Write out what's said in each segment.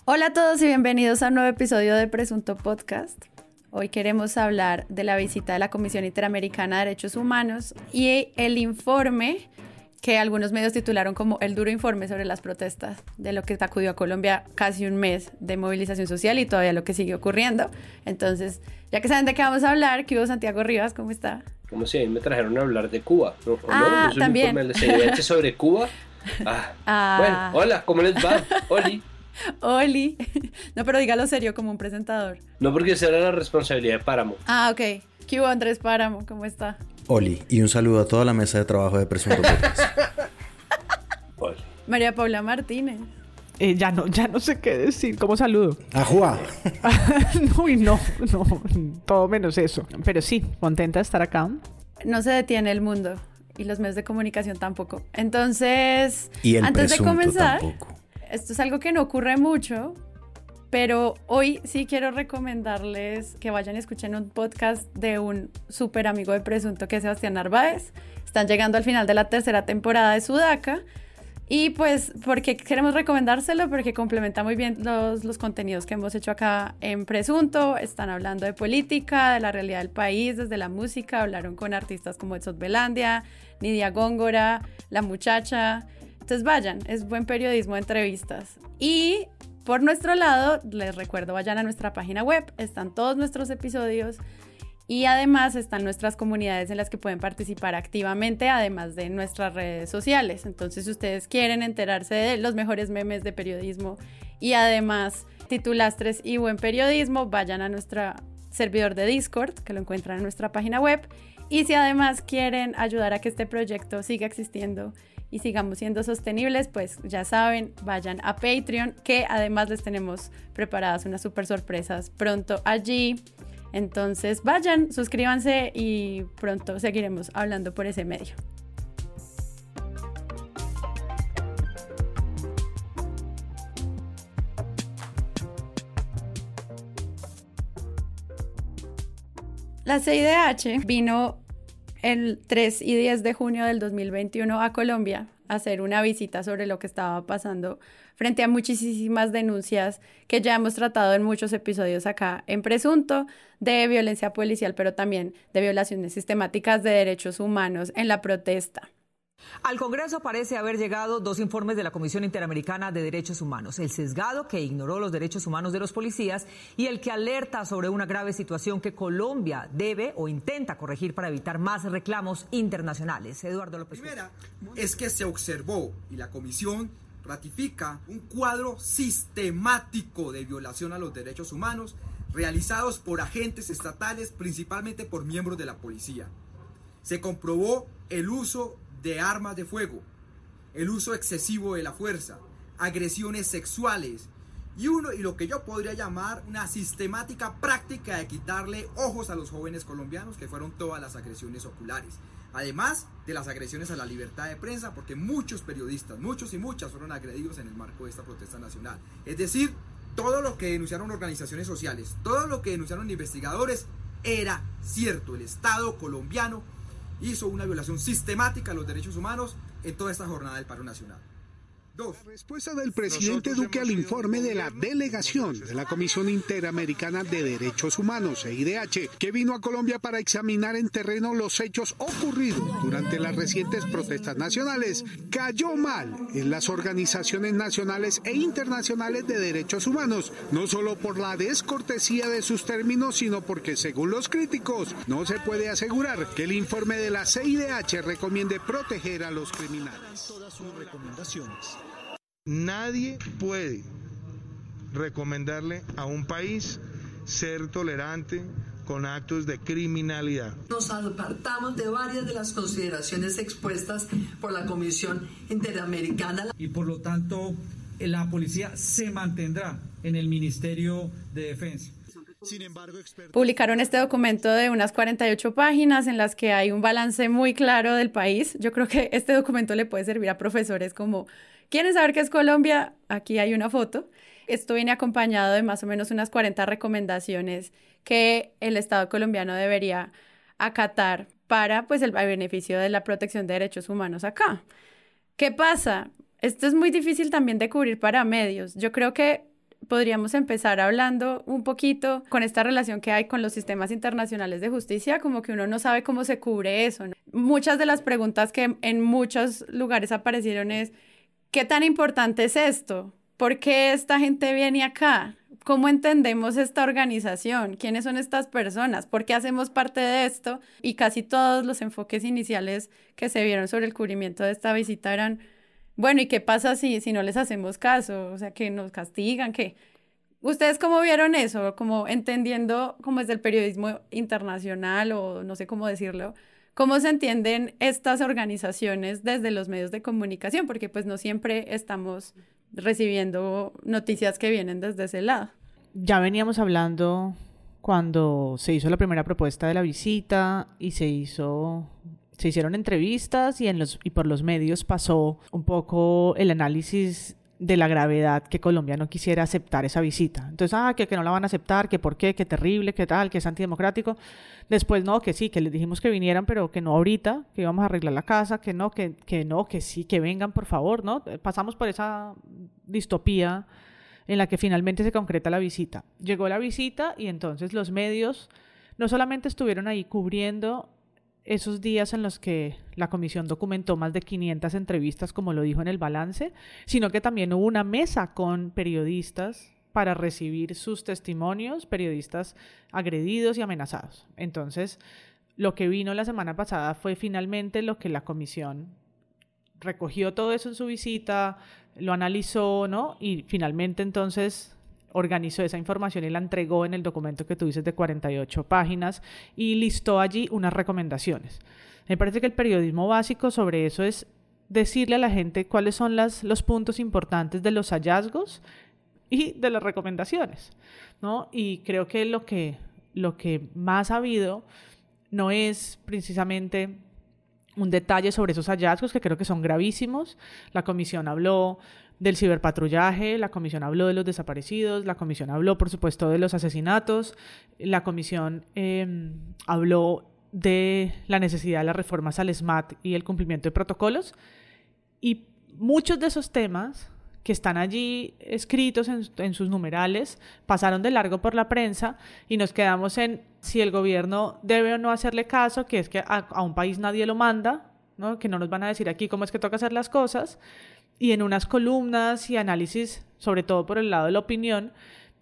Hola a todos y bienvenidos a un nuevo episodio de Presunto Podcast. Hoy queremos hablar de la visita de la Comisión Interamericana de Derechos Humanos y el informe que algunos medios titularon como el duro informe sobre las protestas, de lo que sacudió a Colombia casi un mes de movilización social y todavía lo que sigue ocurriendo. Entonces, ya que saben de qué vamos a hablar, ¿qué hubo, Santiago Rivas? ¿Cómo está? Como si a mí me trajeron a hablar de Cuba, ¿no? Ah, ¿No? también. Un informe del CIDH sobre Cuba. Bueno, hola, ¿cómo les va? Oli. Oli. No, pero dígalo serio como un presentador. No, porque esa era la responsabilidad de Páramo. Ah, ok. ¿Qué hubo, Andrés Páramo? ¿Cómo está? Oli, y un saludo a toda la mesa de trabajo de Presunto Podcast. Oli. María Paula Martínez. Ya no sé qué decir. ¿Cómo saludo? ¡Ajua! No, todo menos eso. Pero sí, contenta de estar acá. No se detiene el mundo y los medios de comunicación tampoco. Entonces, Y el antes de presunto comenzar, tampoco. esto es algo que no ocurre mucho, pero hoy sí quiero recomendarles que vayan y escuchen un podcast de un súper amigo de Presunto que es Sebastián Narváez. Están llegando al final de la tercera temporada de Sudaca. Y pues, ¿por qué queremos recomendárselo? Porque complementa muy bien los contenidos que hemos hecho acá en Presunto. Están hablando de política, de la realidad del país, desde la música. Hablaron con artistas como Edson Belandia, Nidia Góngora, La Muchacha. Entonces vayan, es buen periodismo de entrevistas. Y por nuestro lado, les recuerdo, vayan a nuestra página web, están todos nuestros episodios. Y además están nuestras comunidades en las que pueden participar activamente, además de nuestras redes sociales. Entonces, si ustedes quieren enterarse de los mejores memes de periodismo y además titulastres y buen periodismo, vayan a nuestro servidor de Discord, que lo encuentran en nuestra página web. Y si además quieren ayudar a que este proyecto siga existiendo y sigamos siendo sostenibles, pues ya saben, vayan a Patreon, que además les tenemos preparadas unas súper sorpresas pronto allí. Entonces vayan, suscríbanse y pronto seguiremos hablando por ese medio. La CIDH vino el 3 y 10 de junio del 2021 a Colombia a hacer una visita sobre lo que estaba pasando frente a muchísimas denuncias que ya hemos tratado en muchos episodios acá en Presunto, de violencia policial, pero también de violaciones sistemáticas de derechos humanos en la protesta. Al Congreso parece haber llegado dos informes de la Comisión Interamericana de Derechos Humanos, el sesgado que ignoró los derechos humanos de los policías y el que alerta sobre una grave situación que Colombia debe o intenta corregir para evitar más reclamos internacionales. Eduardo López. Primera es que se observó y la Comisión ratifica un cuadro sistemático de violación a los derechos humanos realizados por agentes estatales, principalmente por miembros de la policía. Se comprobó el uso de armas de fuego, el uso excesivo de la fuerza, agresiones sexuales y lo que yo podría llamar una sistemática práctica de quitarle ojos a los jóvenes colombianos, que fueron todas las agresiones oculares. Además de las agresiones a la libertad de prensa, porque muchos periodistas, muchos y muchas fueron agredidos en el marco de esta protesta nacional. Es decir, todo lo que denunciaron organizaciones sociales, todo lo que denunciaron investigadores era cierto. El Estado colombiano hizo una violación sistemática a los derechos humanos en toda esta jornada del paro nacional. La respuesta del presidente Duque al informe de la delegación de la Comisión Interamericana de Derechos Humanos, CIDH, que vino a Colombia para examinar en terreno los hechos ocurridos durante las recientes protestas nacionales, cayó mal en las organizaciones nacionales e internacionales de derechos humanos, no solo por la descortesía de sus términos, sino porque, según los críticos, no se puede asegurar que el informe de la CIDH recomiende proteger a los criminales. Todas sus recomendaciones. Nadie puede recomendarle a un país ser tolerante con actos de criminalidad. Nos apartamos de varias de las consideraciones expuestas por la Comisión Interamericana. Y por lo tanto, la policía se mantendrá en el Ministerio de Defensa. Sin embargo, Publicaron este documento de unas 48 páginas en las que hay un balance muy claro del país. Yo creo que este documento le puede servir a profesores como, ¿quieren saber qué es Colombia? Aquí hay una foto. Esto viene acompañado de más o menos unas 40 recomendaciones que el Estado colombiano debería acatar para pues, el beneficio de la protección de derechos humanos acá. ¿Qué pasa? Esto es muy difícil también de cubrir para medios. Yo creo que podríamos empezar hablando un poquito con esta relación que hay con los sistemas internacionales de justicia, como que uno no sabe cómo se cubre eso, ¿no? Muchas de las preguntas que en muchos lugares aparecieron es, ¿qué tan importante es esto? ¿Por qué esta gente viene acá? ¿Cómo entendemos esta organización? ¿Quiénes son estas personas? ¿Por qué hacemos parte de esto? Y casi todos los enfoques iniciales que se vieron sobre el cubrimiento de esta visita eran, bueno, ¿y qué pasa si no les hacemos caso? O sea, que nos castigan, ¿qué? ¿Ustedes cómo vieron eso? Como entendiendo cómo es del periodismo internacional o no sé cómo decirlo, ¿cómo se entienden estas organizaciones desde los medios de comunicación? Porque pues no siempre estamos recibiendo noticias que vienen desde ese lado. Ya veníamos hablando cuando se hizo la primera propuesta de la visita y se hicieron entrevistas y por los medios pasó un poco el análisis de la gravedad que Colombia no quisiera aceptar esa visita. Entonces, que no la van a aceptar, que por qué, que terrible, que tal, que es antidemocrático. Después, no, que sí, que les dijimos que vinieran, pero que no ahorita, que íbamos a arreglar la casa, que no, que sí, que vengan, por favor, ¿no? Pasamos por esa distopía en la que finalmente se concreta la visita. Llegó la visita y entonces los medios no solamente estuvieron ahí cubriendo esos días en los que la comisión documentó más de 500 entrevistas, como lo dijo en el balance, sino que también hubo una mesa con periodistas para recibir sus testimonios, periodistas agredidos y amenazados. Entonces, lo que vino la semana pasada fue finalmente lo que la comisión recogió todo eso en su visita, lo analizó, ¿no? Y finalmente entonces organizó esa información y la entregó en el documento que tú dices de 48 páginas y listó allí unas recomendaciones. Me parece que el periodismo básico sobre eso es decirle a la gente cuáles son los puntos importantes de los hallazgos y de las recomendaciones, ¿no? Y creo que lo que más ha habido no es precisamente un detalle sobre esos hallazgos, que creo que son gravísimos. La comisión habló del ciberpatrullaje, la comisión habló de los desaparecidos, la comisión habló, por supuesto, de los asesinatos, la comisión habló de la necesidad de las reformas al SMAT y el cumplimiento de protocolos, y muchos de esos temas que están allí escritos en sus numerales pasaron de largo por la prensa y nos quedamos en si el gobierno debe o no hacerle caso, que es que a un país nadie lo manda, ¿no? Que no nos van a decir aquí cómo es que toca hacer las cosas, y en unas columnas y análisis, sobre todo por el lado de la opinión,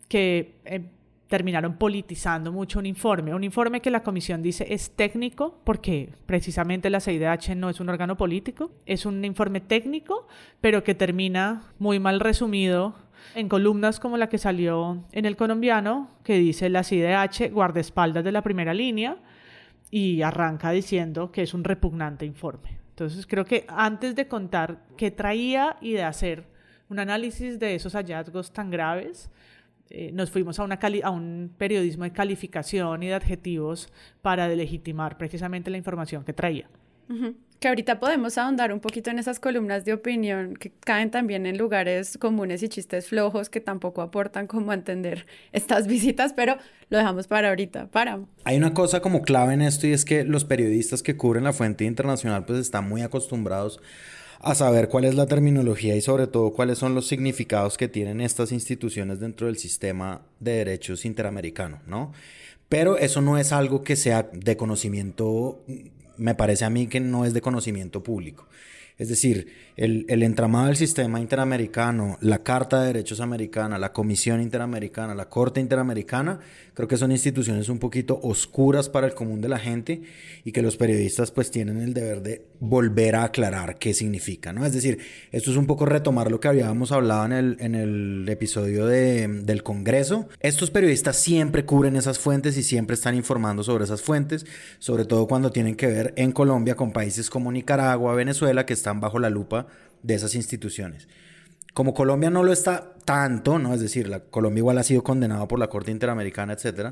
que terminaron politizando mucho un informe que la comisión dice es técnico, porque precisamente la CIDH no es un órgano político, es un informe técnico, pero que termina muy mal resumido en columnas como la que salió en El Colombiano, que dice la CIDH guardaespaldas de la primera línea, y arranca diciendo que es un repugnante informe. Entonces creo que antes de contar qué traía y de hacer un análisis de esos hallazgos tan graves, nos fuimos a un periodismo de calificación y de adjetivos para delegitimar precisamente la información que traía. Uh-huh. Que ahorita podemos ahondar un poquito en esas columnas de opinión que caen también en lugares comunes y chistes flojos que tampoco aportan como a entender estas visitas, pero lo dejamos para ahorita. Hay una cosa como clave en esto, y es que los periodistas que cubren la fuente internacional pues están muy acostumbrados a saber cuál es la terminología y sobre todo cuáles son los significados que tienen estas instituciones dentro del sistema de derechos interamericano, ¿no? Pero eso no es algo que sea de conocimiento, me parece a mí que no es de conocimiento público. Es decir, el entramado del sistema interamericano, la Carta de Derechos Americana, la Comisión Interamericana, la Corte Interamericana, creo que son instituciones un poquito oscuras para el común de la gente y que los periodistas pues tienen el deber de volver a aclarar qué significa, ¿no? Es decir, esto es un poco retomar lo que habíamos hablado en el episodio del Congreso. Estos periodistas siempre cubren esas fuentes y siempre están informando sobre esas fuentes, sobre todo cuando tienen que ver en Colombia con países como Nicaragua, Venezuela, que están bajo la lupa de esas instituciones. Como Colombia no lo está tanto, ¿no? Es decir, Colombia igual ha sido condenado por la Corte Interamericana, etc.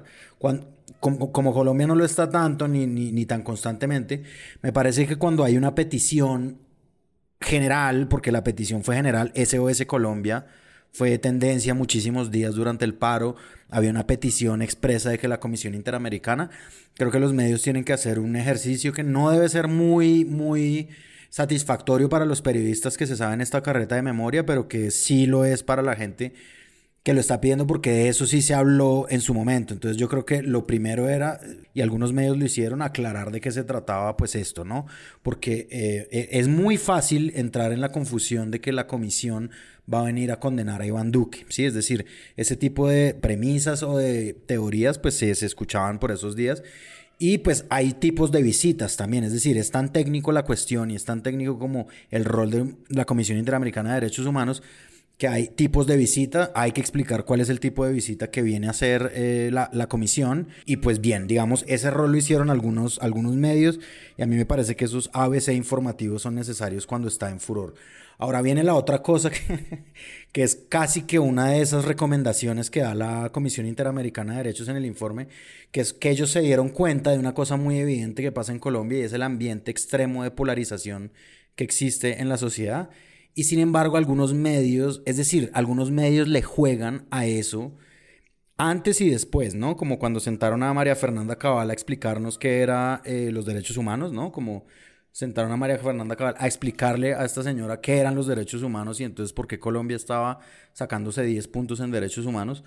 Como Colombia no lo está tanto ni tan constantemente, me parece que cuando hay una petición general, porque la petición fue general, SOS Colombia fue tendencia muchísimos días durante el paro, había una petición expresa de que la Comisión Interamericana, creo que los medios tienen que hacer un ejercicio que no debe ser muy satisfactorio para los periodistas que se saben esta carreta de memoria, pero que sí lo es para la gente que lo está pidiendo porque de eso sí se habló en su momento. Entonces yo creo que lo primero era, y algunos medios lo hicieron, aclarar de qué se trataba pues esto, ¿no? Porque es muy fácil entrar en la confusión de que la comisión va a venir a condenar a Iván Duque, ¿sí? Es decir, ese tipo de premisas o de teorías pues se escuchaban por esos días. Y pues hay tipos de visitas también, es decir, es tan técnico la cuestión y es tan técnico como el rol de la Comisión Interamericana de Derechos Humanos, que hay tipos de visita, hay que explicar cuál es el tipo de visita que viene a hacer la comisión. Y pues bien, digamos, ese rol lo hicieron algunos medios, y a mí me parece que esos ABC informativos son necesarios cuando está en furor. Ahora viene la otra cosa que es casi que una de esas recomendaciones que da la Comisión Interamericana de Derechos en el informe, que es que ellos se dieron cuenta de una cosa muy evidente que pasa en Colombia, y es el ambiente extremo de polarización que existe en la sociedad. Y sin embargo, algunos medios, es decir, algunos medios le juegan a eso antes y después, ¿no? Como cuando sentaron a María Fernanda Cabal a explicarnos qué era los derechos humanos, ¿no? Como sentaron a María Fernanda Cabal a explicarle a esta señora qué eran los derechos humanos y entonces por qué Colombia estaba sacándose 10 puntos en derechos humanos.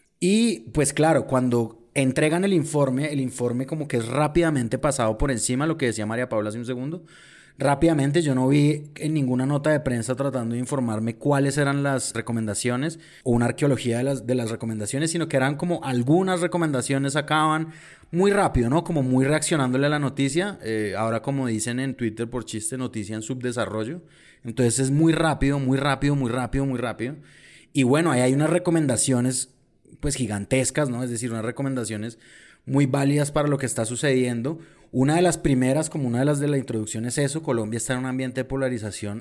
Y pues claro, cuando entregan el informe como que es rápidamente pasado por encima, lo que decía María Paula hace un segundo. Rápidamente, yo no vi en ninguna nota de prensa tratando de informarme cuáles eran las recomendaciones o una arqueología de las recomendaciones, sino que eran como algunas recomendaciones sacaban muy rápido, ¿no? Como muy reaccionándole a la noticia. Ahora, como dicen en Twitter por chiste, noticia en subdesarrollo. Entonces es muy rápido, muy rápido, muy rápido, muy rápido. Y bueno, ahí hay unas recomendaciones pues gigantescas, ¿no? Es decir, unas recomendaciones muy válidas para lo que está sucediendo. Una de las primeras, como una de las de la introducción, es eso: Colombia está en un ambiente de polarización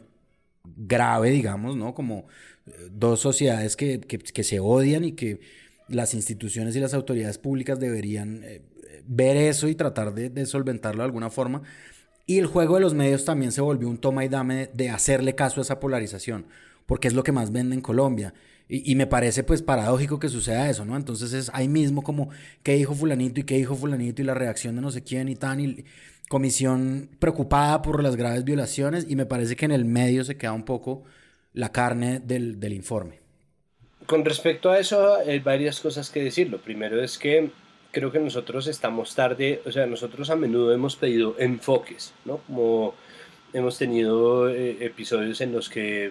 grave, digamos, ¿no? Como dos sociedades que se odian y que las instituciones y las autoridades públicas deberían ver eso y tratar de solventarlo de alguna forma. Y el juego de los medios también se volvió un toma y dame de hacerle caso a esa polarización, porque es lo que más vende en Colombia. Y me parece pues paradójico que suceda eso, ¿no? Entonces es ahí mismo como qué dijo fulanito y qué dijo fulanito y la reacción de no sé quién y tan, y comisión preocupada por las graves violaciones, y me parece que en el medio se queda un poco la carne del informe. Con respecto a eso hay varias cosas que decir. Lo primero es que creo que nosotros estamos tarde, o sea, nosotros a menudo hemos pedido enfoques, ¿no? Como hemos tenido episodios en los que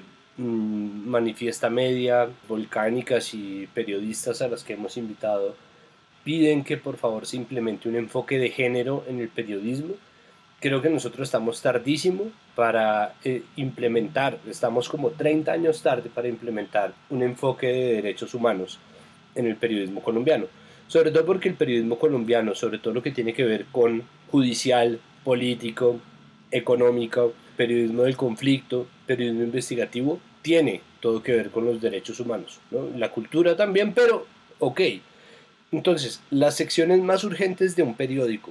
Manifiesta Media, Volcánicas y periodistas a los que hemos invitado piden que por favor se implemente un enfoque de género en el periodismo. Creo que nosotros estamos tardísimo para implementar, estamos como 30 años tarde para implementar un enfoque de derechos humanos en el periodismo colombiano. Sobre todo porque el periodismo colombiano, sobre todo lo que tiene que ver con judicial, político, económico, periodismo del conflicto, periodismo investigativo, tiene todo que ver con los derechos humanos, ¿no? La cultura también, pero ok. Entonces, las secciones más urgentes de un periódico,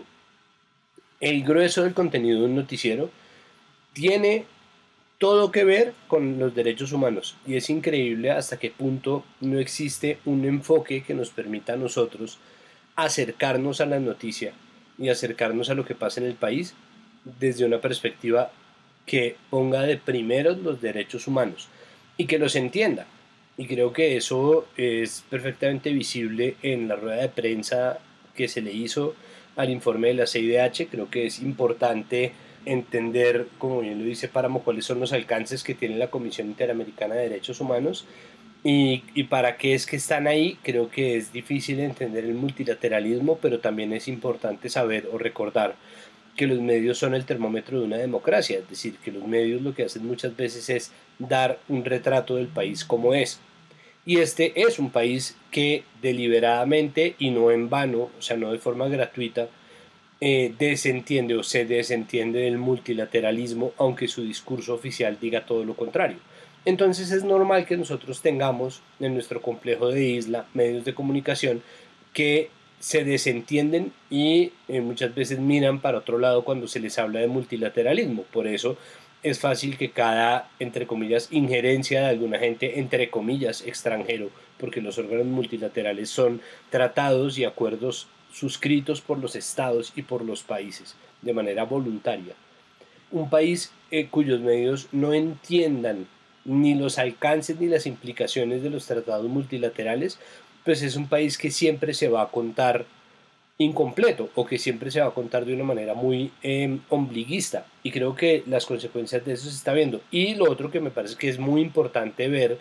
el grueso del contenido de un noticiero, tiene todo que ver con los derechos humanos, y es increíble hasta qué punto no existe un enfoque que nos permita a nosotros acercarnos a la noticia y acercarnos a lo que pasa en el país desde una perspectiva que ponga de primeros los derechos humanos y que los entienda. Y creo que eso es perfectamente visible en la rueda de prensa que se le hizo al informe de la CIDH. Creo que es importante entender, como bien lo dice Páramo, cuáles son los alcances que tiene la Comisión Interamericana de Derechos Humanos y para qué es que están ahí. Creo que es difícil entender el multilateralismo, pero también es importante saber o recordar que los medios son el termómetro de una democracia, es decir, que los medios lo que hacen muchas veces es dar un retrato del país como es. Y este es un país que deliberadamente y no en vano, o sea, no de forma gratuita, desentiende o se desentiende del multilateralismo, aunque su discurso oficial diga todo lo contrario. Entonces es normal que nosotros tengamos en nuestro complejo de isla medios de comunicación que se desentienden y muchas veces miran para otro lado cuando se les habla de multilateralismo. Por eso es fácil que cada, entre comillas, injerencia de alguna gente, entre comillas, extranjero, porque los órganos multilaterales son tratados y acuerdos suscritos por los estados y por los países de manera voluntaria. Un país cuyos medios no entiendan ni los alcances ni las implicaciones de los tratados multilaterales, pues es un país que siempre se va a contar incompleto o que siempre se va a contar de una manera muy ombliguista, y creo que las consecuencias de eso se está viendo. Y lo otro que me parece que es muy importante ver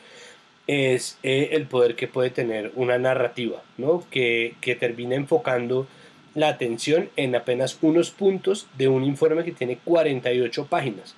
es el poder que puede tener una narrativa, ¿no? que termina enfocando la atención en apenas unos puntos de un informe que tiene 48 páginas.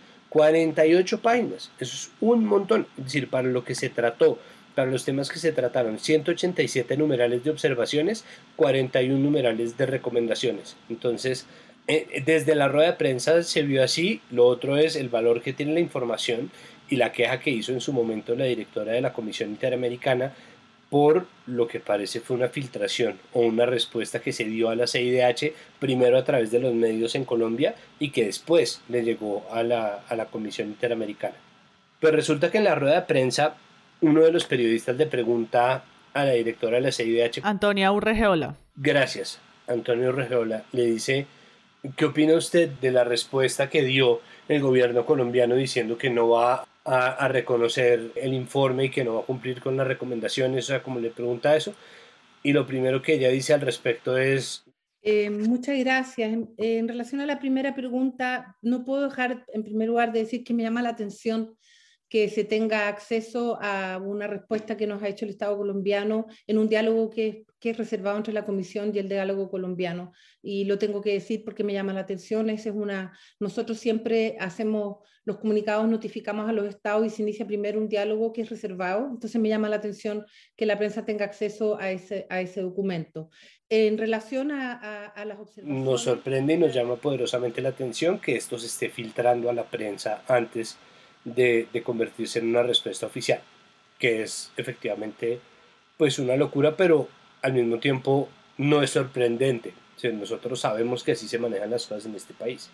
48 páginas, eso es un montón. Es decir, para lo que se trató, para los temas que se trataron, 187 numerales de observaciones, 41 numerales de recomendaciones. Entonces, desde la rueda de prensa se vio así. Lo otro es el valor que tiene la información y la queja que hizo en su momento la directora de la Comisión Interamericana por lo que parece fue una filtración o una respuesta que se dio a la CIDH primero a través de los medios en Colombia y que después le llegó a la Comisión Interamericana. Pues resulta que en la rueda de prensa uno de los periodistas le pregunta a la directora de la CIDH, Antonia Urrejola. Gracias, Antonio Urrejola, le dice: ¿qué opina usted de la respuesta que dio el gobierno colombiano diciendo que no va a reconocer el informe y que no va a cumplir con las recomendaciones? O sea, como le pregunta eso, y lo primero que ella dice al respecto es... Muchas gracias. En relación a la primera pregunta, no puedo dejar en primer lugar de decir que me llama la atención que se tenga acceso a una respuesta que nos ha hecho el Estado colombiano en un diálogo que es reservado entre la Comisión y el diálogo colombiano. Y lo tengo que decir porque me llama la atención. Nosotros siempre hacemos los comunicados, notificamos a los estados y se inicia primero un diálogo que es reservado. Entonces me llama la atención que la prensa tenga acceso a ese documento. En relación a las observaciones... Nos sorprende y nos llama poderosamente la atención que esto se esté filtrando a la prensa antes de convertirse en una respuesta oficial, que es efectivamente pues una locura, pero al mismo tiempo no es sorprendente. O sea, nosotros sabemos que así se manejan las cosas en este país.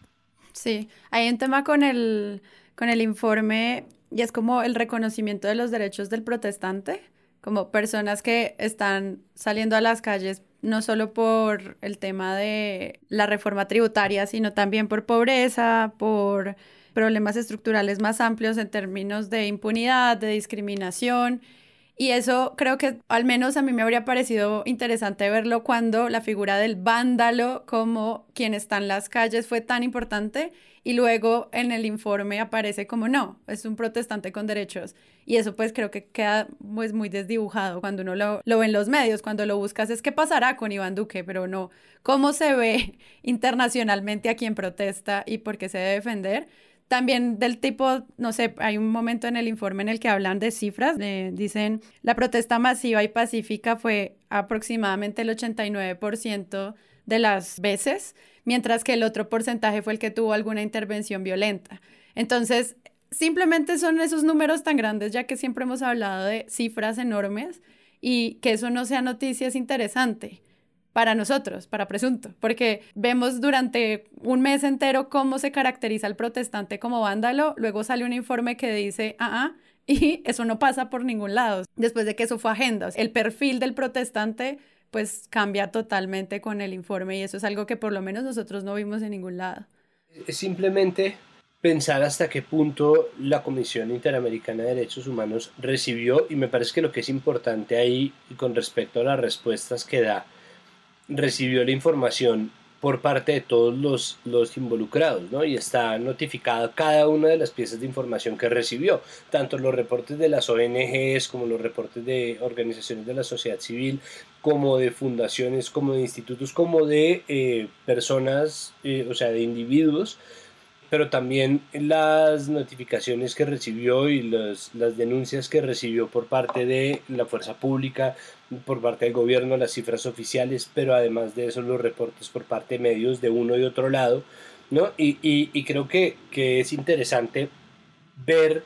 Sí, hay un tema con el informe y es como el reconocimiento de los derechos del protestante, como personas que están saliendo a las calles no solo por el tema de la reforma tributaria, sino también por pobreza, por problemas estructurales más amplios en términos de impunidad, de discriminación. Y eso creo que al menos a mí me habría parecido interesante verlo cuando la figura del vándalo como quien está en las calles fue tan importante, y luego en el informe aparece como no, es un protestante con derechos. Y eso pues creo que queda pues muy desdibujado cuando uno lo ve en los medios. Cuando lo buscas es qué pasará con Iván Duque, pero no cómo se ve internacionalmente a quien protesta y por qué se debe defender. También del tipo, no sé, hay un momento en el informe en el que hablan de cifras, dicen la protesta masiva y pacífica fue aproximadamente el 89% de las veces, mientras que el otro porcentaje fue el que tuvo alguna intervención violenta. Entonces, simplemente son esos números tan grandes, ya que siempre hemos hablado de cifras enormes, y que eso no sea noticia es interesante para nosotros, para Presunto, porque vemos durante un mes entero cómo se caracteriza al protestante como vándalo, luego sale un informe que dice, y eso no pasa por ningún lado, después de que eso fue agenda. El perfil del protestante pues cambia totalmente con el informe, y eso es algo que por lo menos nosotros no vimos en ningún lado. Es simplemente pensar hasta qué punto la Comisión Interamericana de Derechos Humanos recibió, y me parece que lo que es importante ahí con respecto a las respuestas que da, recibió la información por parte de todos los involucrados, ¿no? Y está notificada cada una de las piezas de información que recibió, tanto los reportes de las ONGs como los reportes de organizaciones de la sociedad civil, como de fundaciones, como de institutos, como de personas, o sea, de individuos, pero también las notificaciones que recibió y las denuncias que recibió por parte de la fuerza pública, por parte del gobierno, las cifras oficiales, pero además de eso los reportes por parte de medios de uno y otro lado, ¿no? Y creo que es interesante ver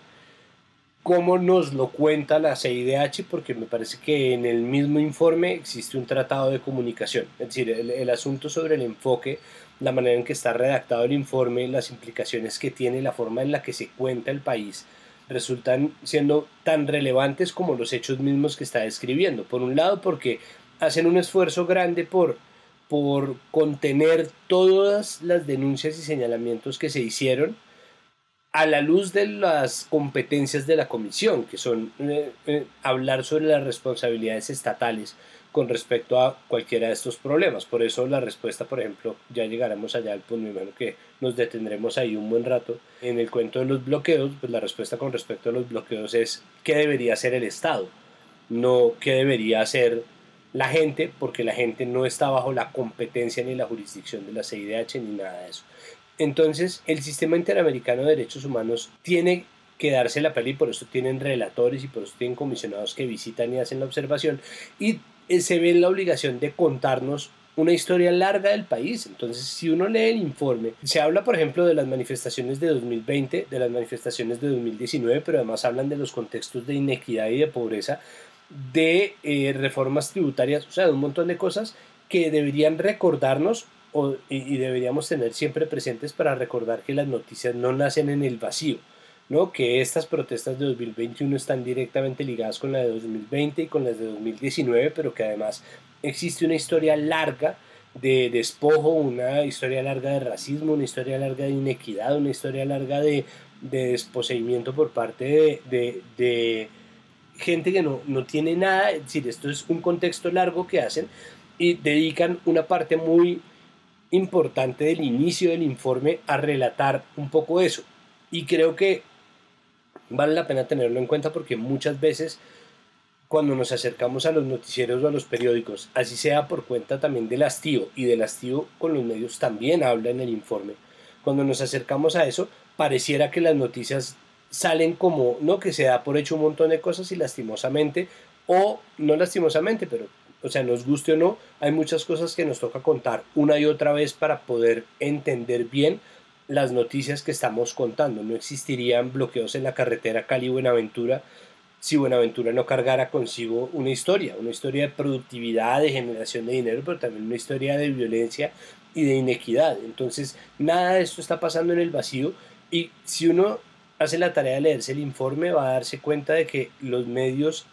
cómo nos lo cuenta la CIDH, porque me parece que en el mismo informe existe un tratado de comunicación, es decir, el asunto sobre el enfoque, la manera en que está redactado el informe, las implicaciones que tiene, la forma en la que se cuenta el país, resultan siendo tan relevantes como los hechos mismos que está describiendo. Por un lado, porque hacen un esfuerzo grande por contener todas las denuncias y señalamientos que se hicieron, a la luz de las competencias de la comisión, que son hablar sobre las responsabilidades estatales con respecto a cualquiera de estos problemas. Por eso la respuesta, por ejemplo, ya llegaremos allá al punto, me imagino que nos detendremos ahí un buen rato. En el cuento de los bloqueos, pues la respuesta con respecto a los bloqueos es qué debería hacer el Estado, no qué debería hacer la gente, porque la gente no está bajo la competencia ni la jurisdicción de la CIDH ni nada de eso. Entonces, el sistema interamericano de derechos humanos tiene que darse la pelea y por eso tienen relatores y por eso tienen comisionados que visitan y hacen la observación y se ve la obligación de contarnos una historia larga del país. Entonces, si uno lee el informe, se habla, por ejemplo, de las manifestaciones de 2020, de las manifestaciones de 2019, pero además hablan de los contextos de inequidad y de pobreza, de reformas tributarias, o sea, de un montón de cosas que deberían recordarnos y deberíamos tener siempre presentes para recordar que las noticias no nacen en el vacío, ¿no? Que estas protestas de 2021 están directamente ligadas con la de 2020 y con las de 2019, pero que además existe una historia larga de despojo, una historia larga de racismo, una historia larga de inequidad, una historia larga de desposeimiento por parte de gente que no tiene nada. Es decir, esto es un contexto largo que hacen y dedican una parte muy importante del inicio del informe a relatar un poco eso, y creo que vale la pena tenerlo en cuenta porque muchas veces cuando nos acercamos a los noticieros o a los periódicos, así sea por cuenta también del hastío, y del hastío con los medios también habla en el informe, cuando nos acercamos a eso pareciera que las noticias salen como, no, que se da por hecho un montón de cosas y lastimosamente, o no lastimosamente, pero o sea, nos guste o no, hay muchas cosas que nos toca contar una y otra vez para poder entender bien las noticias que estamos contando. No existirían bloqueos en la carretera Cali-Buenaventura si Buenaventura no cargara consigo una historia de productividad, de generación de dinero, pero también una historia de violencia y de inequidad. Entonces, nada de esto está pasando en el vacío, y si uno hace la tarea de leerse el informe va a darse cuenta de que los medios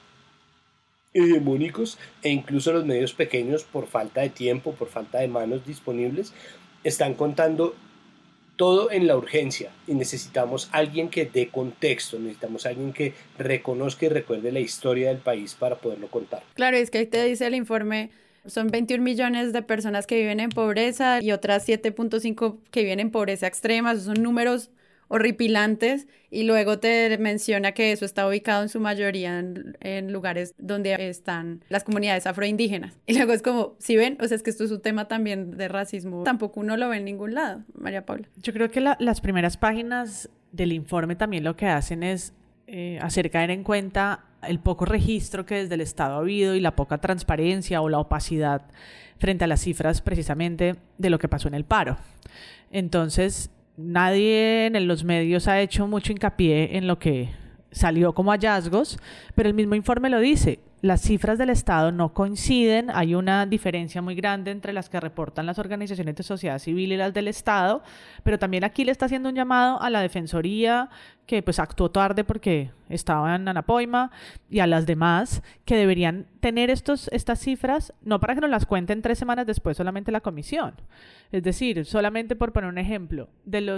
hegemónicos e incluso los medios pequeños, por falta de tiempo, por falta de manos disponibles, están contando todo en la urgencia, y necesitamos alguien que dé contexto, necesitamos alguien que reconozca y recuerde la historia del país para poderlo contar. Claro, es que ahí te dice el informe, son 21 millones de personas que viven en pobreza y otras 7.5 que viven en pobreza extrema. Esos son números horripilantes, y luego te menciona que eso está ubicado en su mayoría en lugares donde están las comunidades afroindígenas. Y luego es como, ¿sí ven? O sea, es que esto es un tema también de racismo. Tampoco uno lo ve en ningún lado, María Paula. Yo creo que las primeras páginas del informe también lo que hacen es hacer caer en cuenta el poco registro que desde el Estado ha habido y la poca transparencia o la opacidad frente a las cifras precisamente de lo que pasó en el paro. Entonces, nadie en los medios ha hecho mucho hincapié en lo que salió como hallazgos, pero el mismo informe lo dice. Las cifras del Estado no coinciden, hay una diferencia muy grande entre las que reportan las organizaciones de sociedad civil y las del Estado, pero también aquí le está haciendo un llamado a la Defensoría, que pues actuó tarde porque estaba en Anapoima, y a las demás que deberían tener estas cifras, no para que nos las cuenten 3 semanas después solamente la comisión. Es decir, solamente por poner un ejemplo,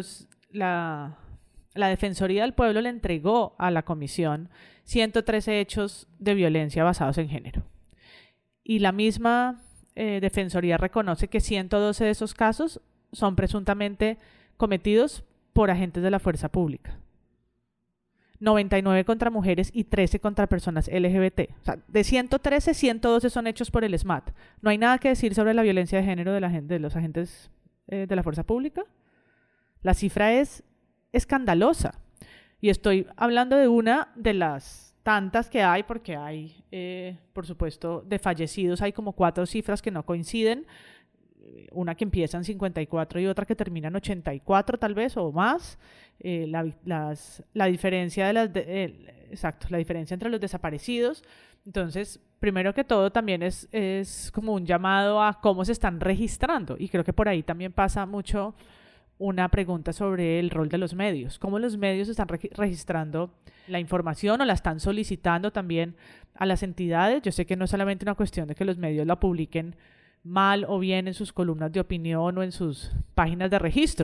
la Defensoría del Pueblo le entregó a la comisión 113 hechos de violencia basados en género. Y la misma Defensoría reconoce que 112 de esos casos son presuntamente cometidos por agentes de la fuerza pública. 99 contra mujeres y 13 contra personas LGBT. O sea, de 113, 112 son hechos por el SMAT. ¿No hay nada que decir sobre la violencia de género de los agentes de la fuerza pública? La cifra es escandalosa. Y estoy hablando de una de las tantas que hay, porque hay, por supuesto, de fallecidos, hay como 4 cifras que no coinciden, una que empieza en 54 y otra que termina en 84 tal vez o más. La diferencia la diferencia entre los desaparecidos. Entonces, primero que todo también es como un llamado a cómo se están registrando, y creo que por ahí también pasa mucho una pregunta sobre el rol de los medios, cómo los medios están registrando la información o la están solicitando también a las entidades. Yo sé que no es solamente una cuestión de que los medios la publiquen mal o bien en sus columnas de opinión o en sus páginas de registro.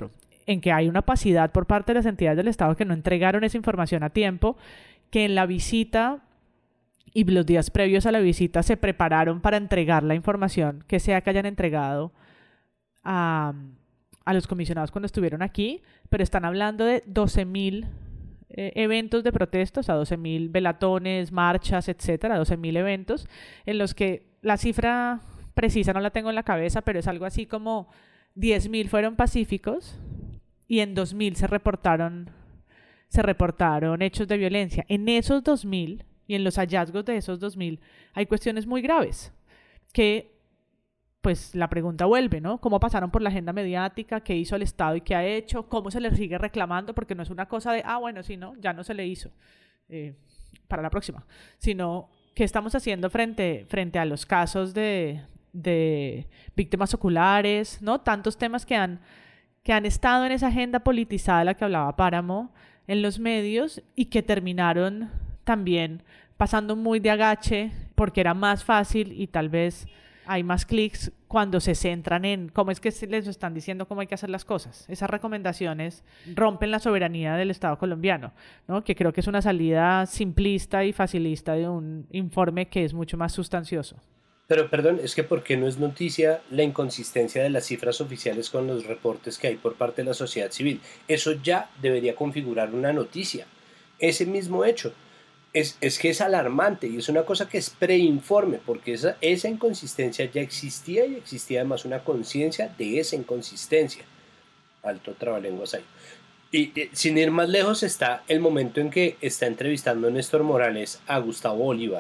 en que hay una opacidad por parte de las entidades del Estado que no entregaron esa información a tiempo, que en la visita y los días previos a la visita se prepararon para entregar la información que sea que hayan entregado a los comisionados cuando estuvieron aquí, pero están hablando de 12.000 eventos de protesta, o sea, 12.000 velatones, marchas, etcétera, 12.000 eventos, en los que la cifra precisa no la tengo en la cabeza, pero es algo así como 10.000 fueron pacíficos y en 2.000 se reportaron hechos de violencia. En esos 2.000 y en los hallazgos de esos 2.000 hay cuestiones muy graves que, pues, la pregunta vuelve, ¿no? ¿Cómo pasaron por la agenda mediática? ¿Qué hizo el Estado y qué ha hecho? ¿Cómo se le sigue reclamando? Porque no es una cosa de, bueno, sí, no, ya no se le hizo para la próxima, sino qué estamos haciendo frente a los casos de víctimas oculares, ¿no? Tantos temas que han estado en esa agenda politizada de la que hablaba Páramo en los medios y que terminaron también pasando muy de agache porque era más fácil y tal vez hay más clics cuando se centran en cómo es que les están diciendo cómo hay que hacer las cosas. Esas recomendaciones rompen la soberanía del Estado colombiano, ¿no? Que creo que es una salida simplista y facilista de un informe que es mucho más sustancioso. Pero perdón, es que ¿por qué no es noticia la inconsistencia de las cifras oficiales con los reportes que hay por parte de la sociedad civil? Eso ya debería configurar una noticia. Ese mismo hecho. Es que es alarmante y es una cosa que es preinforme, porque esa inconsistencia ya existía y existía además una conciencia de esa inconsistencia. Alto trabalenguas ahí. Y sin ir más lejos está el momento en que está entrevistando Néstor Morales a Gustavo Bolívar.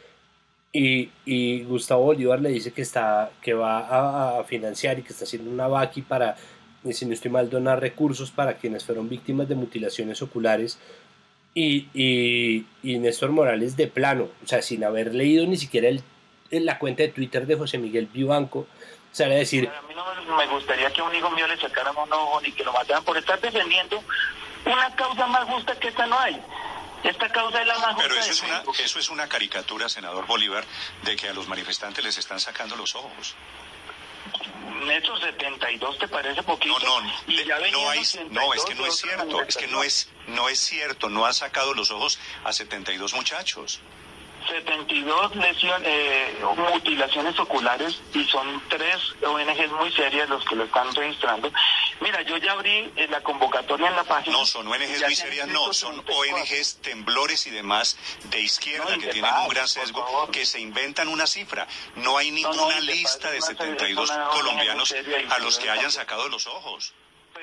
Y Gustavo Bolívar le dice que va a financiar y que está haciendo una vaqui para, si no estoy mal, donar recursos para quienes fueron víctimas de mutilaciones oculares. Y Néstor Morales de plano, o sea, sin haber leído ni siquiera la cuenta de Twitter de José Miguel Vivanco, sale a decir: a mí no me gustaría que a un hijo mío le sacaran un ojo ni que lo mataran por estar defendiendo una causa más justa que esta no hay. Esta causa es la más justa. Pero eso es una caricatura, senador Bolívar, de que a los manifestantes les están sacando los ojos. Estos 72 te parece poquito. No, es que no es cierto, no es cierto, no ha sacado los ojos a 72 muchachos. 72 mutilaciones oculares y son 3 ONGs muy serias los que lo están registrando. Mira, yo ya abrí la convocatoria en la página. No, son ONGs muy serias, no, son ONGs temblores y demás de izquierda que tienen un gran sesgo, que se inventan una cifra. No hay ninguna lista de 72 colombianos a los que hayan sacado los ojos.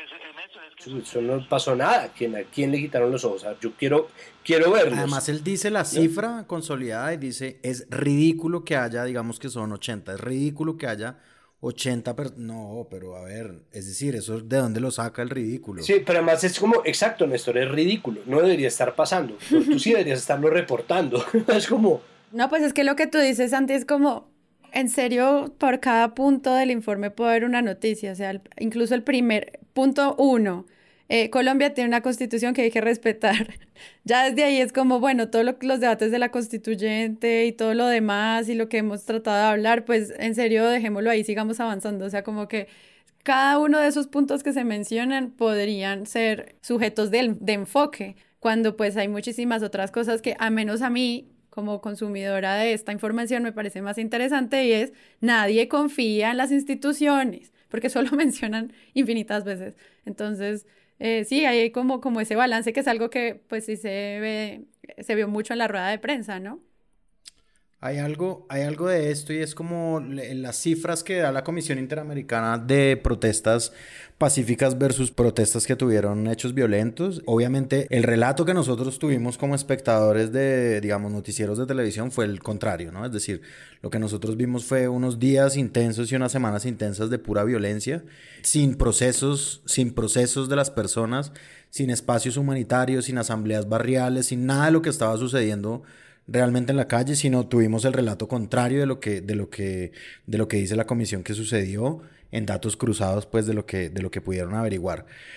Eso no pasó nada. ¿A quién le quitaron los ojos? O sea, yo quiero verlos. Además, él dice la cifra consolidada y dice, es ridículo que haya, digamos que son 80, es ridículo que haya 80 no, pero a ver, es decir, eso ¿de dónde lo saca el ridículo? Sí, pero además es como, exacto, Néstor, es ridículo, no debería estar pasando, pero tú sí deberías estarlo reportando. Es como... No, pues es que lo que tú dices, Santi, es como... En serio, por cada punto del informe puede haber una noticia, o sea, incluso el primer, punto 1, Colombia tiene una constitución que hay que respetar. Ya desde ahí es como, bueno, todos los debates de la constituyente y todo lo demás y lo que hemos tratado de hablar, pues en serio dejémoslo ahí, sigamos avanzando, o sea, como que cada uno de esos puntos que se mencionan podrían ser sujetos de enfoque, cuando pues hay muchísimas otras cosas que a menos a mí, como consumidora de esta información, me parece más interesante, y es nadie confía en las instituciones, porque solo mencionan infinitas veces. Entonces, sí, hay como ese balance, que es algo que pues sí se vio mucho en la rueda de prensa, ¿no? Hay algo de esto, y es como las cifras que da la Comisión Interamericana de protestas pacíficas versus protestas que tuvieron hechos violentos. Obviamente el relato que nosotros tuvimos como espectadores de, digamos, noticieros de televisión fue el contrario, ¿no? Es decir, lo que nosotros vimos fue unos días intensos y unas semanas intensas de pura violencia, sin procesos de las personas, sin espacios humanitarios, sin asambleas barriales, sin nada de lo que estaba sucediendo realmente en la calle, sino tuvimos el relato contrario de lo que dice la comisión que sucedió, en datos cruzados pues de lo que pudieron averiguar.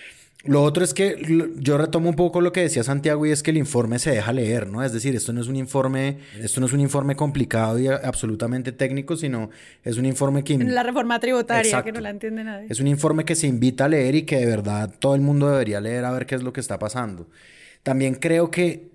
Lo otro es que yo retomo un poco lo que decía Santiago, y es que el informe se deja leer, ¿no? Es decir, esto no es un informe complicado y absolutamente técnico, sino es un informe que... La reforma tributaria, Exacto. que no la entiende nadie. Es un informe que se invita a leer y que de verdad todo el mundo debería leer a ver qué es lo que está pasando. También creo que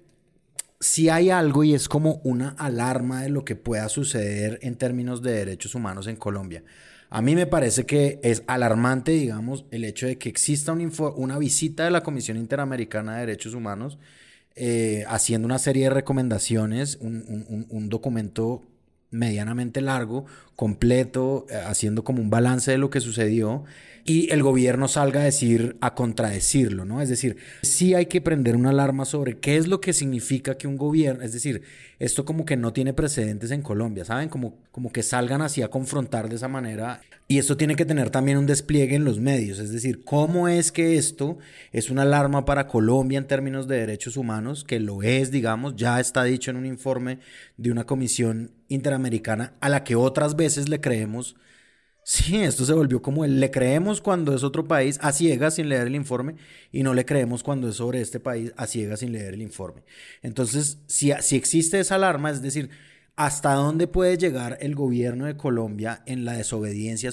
sí hay algo, y es como una alarma de lo que pueda suceder en términos de derechos humanos en Colombia. A mí me parece que es alarmante, digamos, el hecho de que exista una visita de la Comisión Interamericana de Derechos Humanos haciendo una serie de recomendaciones, un documento medianamente largo, completo, haciendo como un balance de lo que sucedió, y el gobierno salga a contradecirlo, ¿no? Es decir, sí hay que prender una alarma sobre qué es lo que significa que un gobierno, es decir, esto como que no tiene precedentes en Colombia, ¿saben? Como que salgan así a confrontar de esa manera, y esto tiene que tener también un despliegue en los medios, es decir, ¿cómo es que esto es una alarma para Colombia en términos de derechos humanos? Que lo es, digamos, ya está dicho en un informe de una comisión interamericana a la que otras veces le creemos. Sí, esto se volvió como le creemos cuando es otro país a ciegas sin leer el informe, y no le creemos cuando es sobre este país a ciegas sin leer el informe. Entonces, si existe esa alarma, es decir, ¿hasta dónde puede llegar el gobierno de Colombia en la desobediencia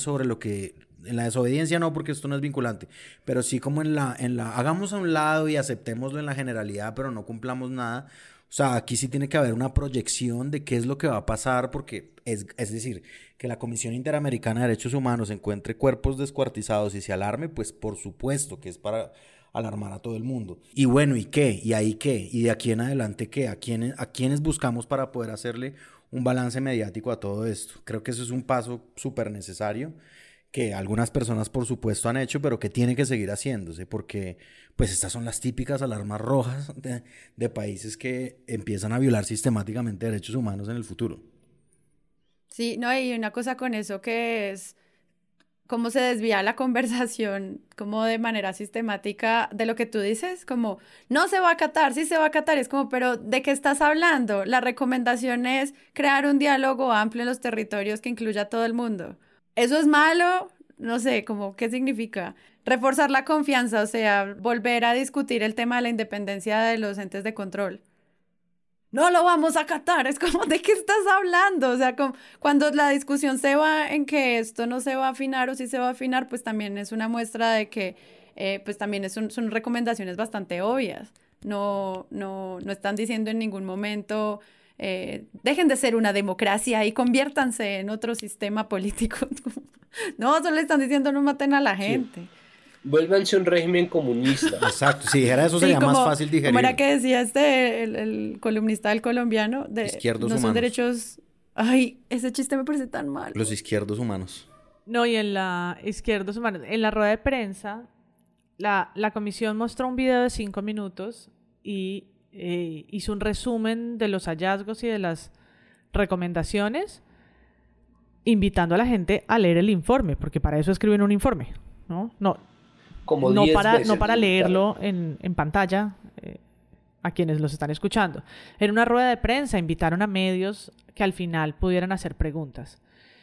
en la desobediencia no, porque esto no es vinculante, pero sí como en la hagamos a un lado y aceptémoslo en la generalidad, pero no cumplamos nada? O sea, aquí sí tiene que haber una proyección de qué es lo que va a pasar, porque es decir, que la Comisión Interamericana de Derechos Humanos encuentre cuerpos descuartizados y se alarme, pues por supuesto que es para alarmar a todo el mundo. Y bueno, ¿y qué? ¿Y ahí qué? ¿Y de aquí en adelante qué? ¿A quiénes buscamos para poder hacerle un balance mediático a todo esto? Creo que eso es un paso súper necesario, que algunas personas por supuesto han hecho, pero que tiene que seguir haciéndose, porque pues estas son las típicas alarmas rojas de países que empiezan a violar sistemáticamente derechos humanos en el futuro. Sí, no, hay una cosa con eso que es cómo se desvía la conversación como de manera sistemática de lo que tú dices, como no se va a acatar, sí se va a acatar, es como, pero ¿de qué estás hablando? La recomendación es crear un diálogo amplio en los territorios que incluya a todo el mundo. ¿Eso es malo? No sé, como, ¿qué significa? Reforzar la confianza, o sea, volver a discutir el tema de la independencia de los entes de control. No lo vamos a acatar, es como, ¿de qué estás hablando? O sea, cuando la discusión se va en que esto no se va a afinar o sí se va a afinar, pues también es una muestra de que, pues también son recomendaciones bastante obvias. No están diciendo en ningún momento... dejen de ser una democracia y conviértanse en otro sistema político. No, solo están diciendo no maten a la gente. Sí. Vuélvanse un régimen comunista. Exacto, si dijera eso sería más fácil digerir. Como era que decía el columnista del Colombiano, de izquierdos no humanos. Son derechos... Ay, ese chiste me parece tan mal. Los izquierdos humanos. No, y en la izquierdos humanos, en la rueda de prensa, la comisión mostró un video de 5 minutos y hizo un resumen de los hallazgos y de las recomendaciones, invitando a la gente a leer el informe, porque para eso escriben un informe, ¿no? No para leerlo en pantalla a quienes los están escuchando. En una rueda de prensa invitaron a medios que al final pudieran hacer preguntas.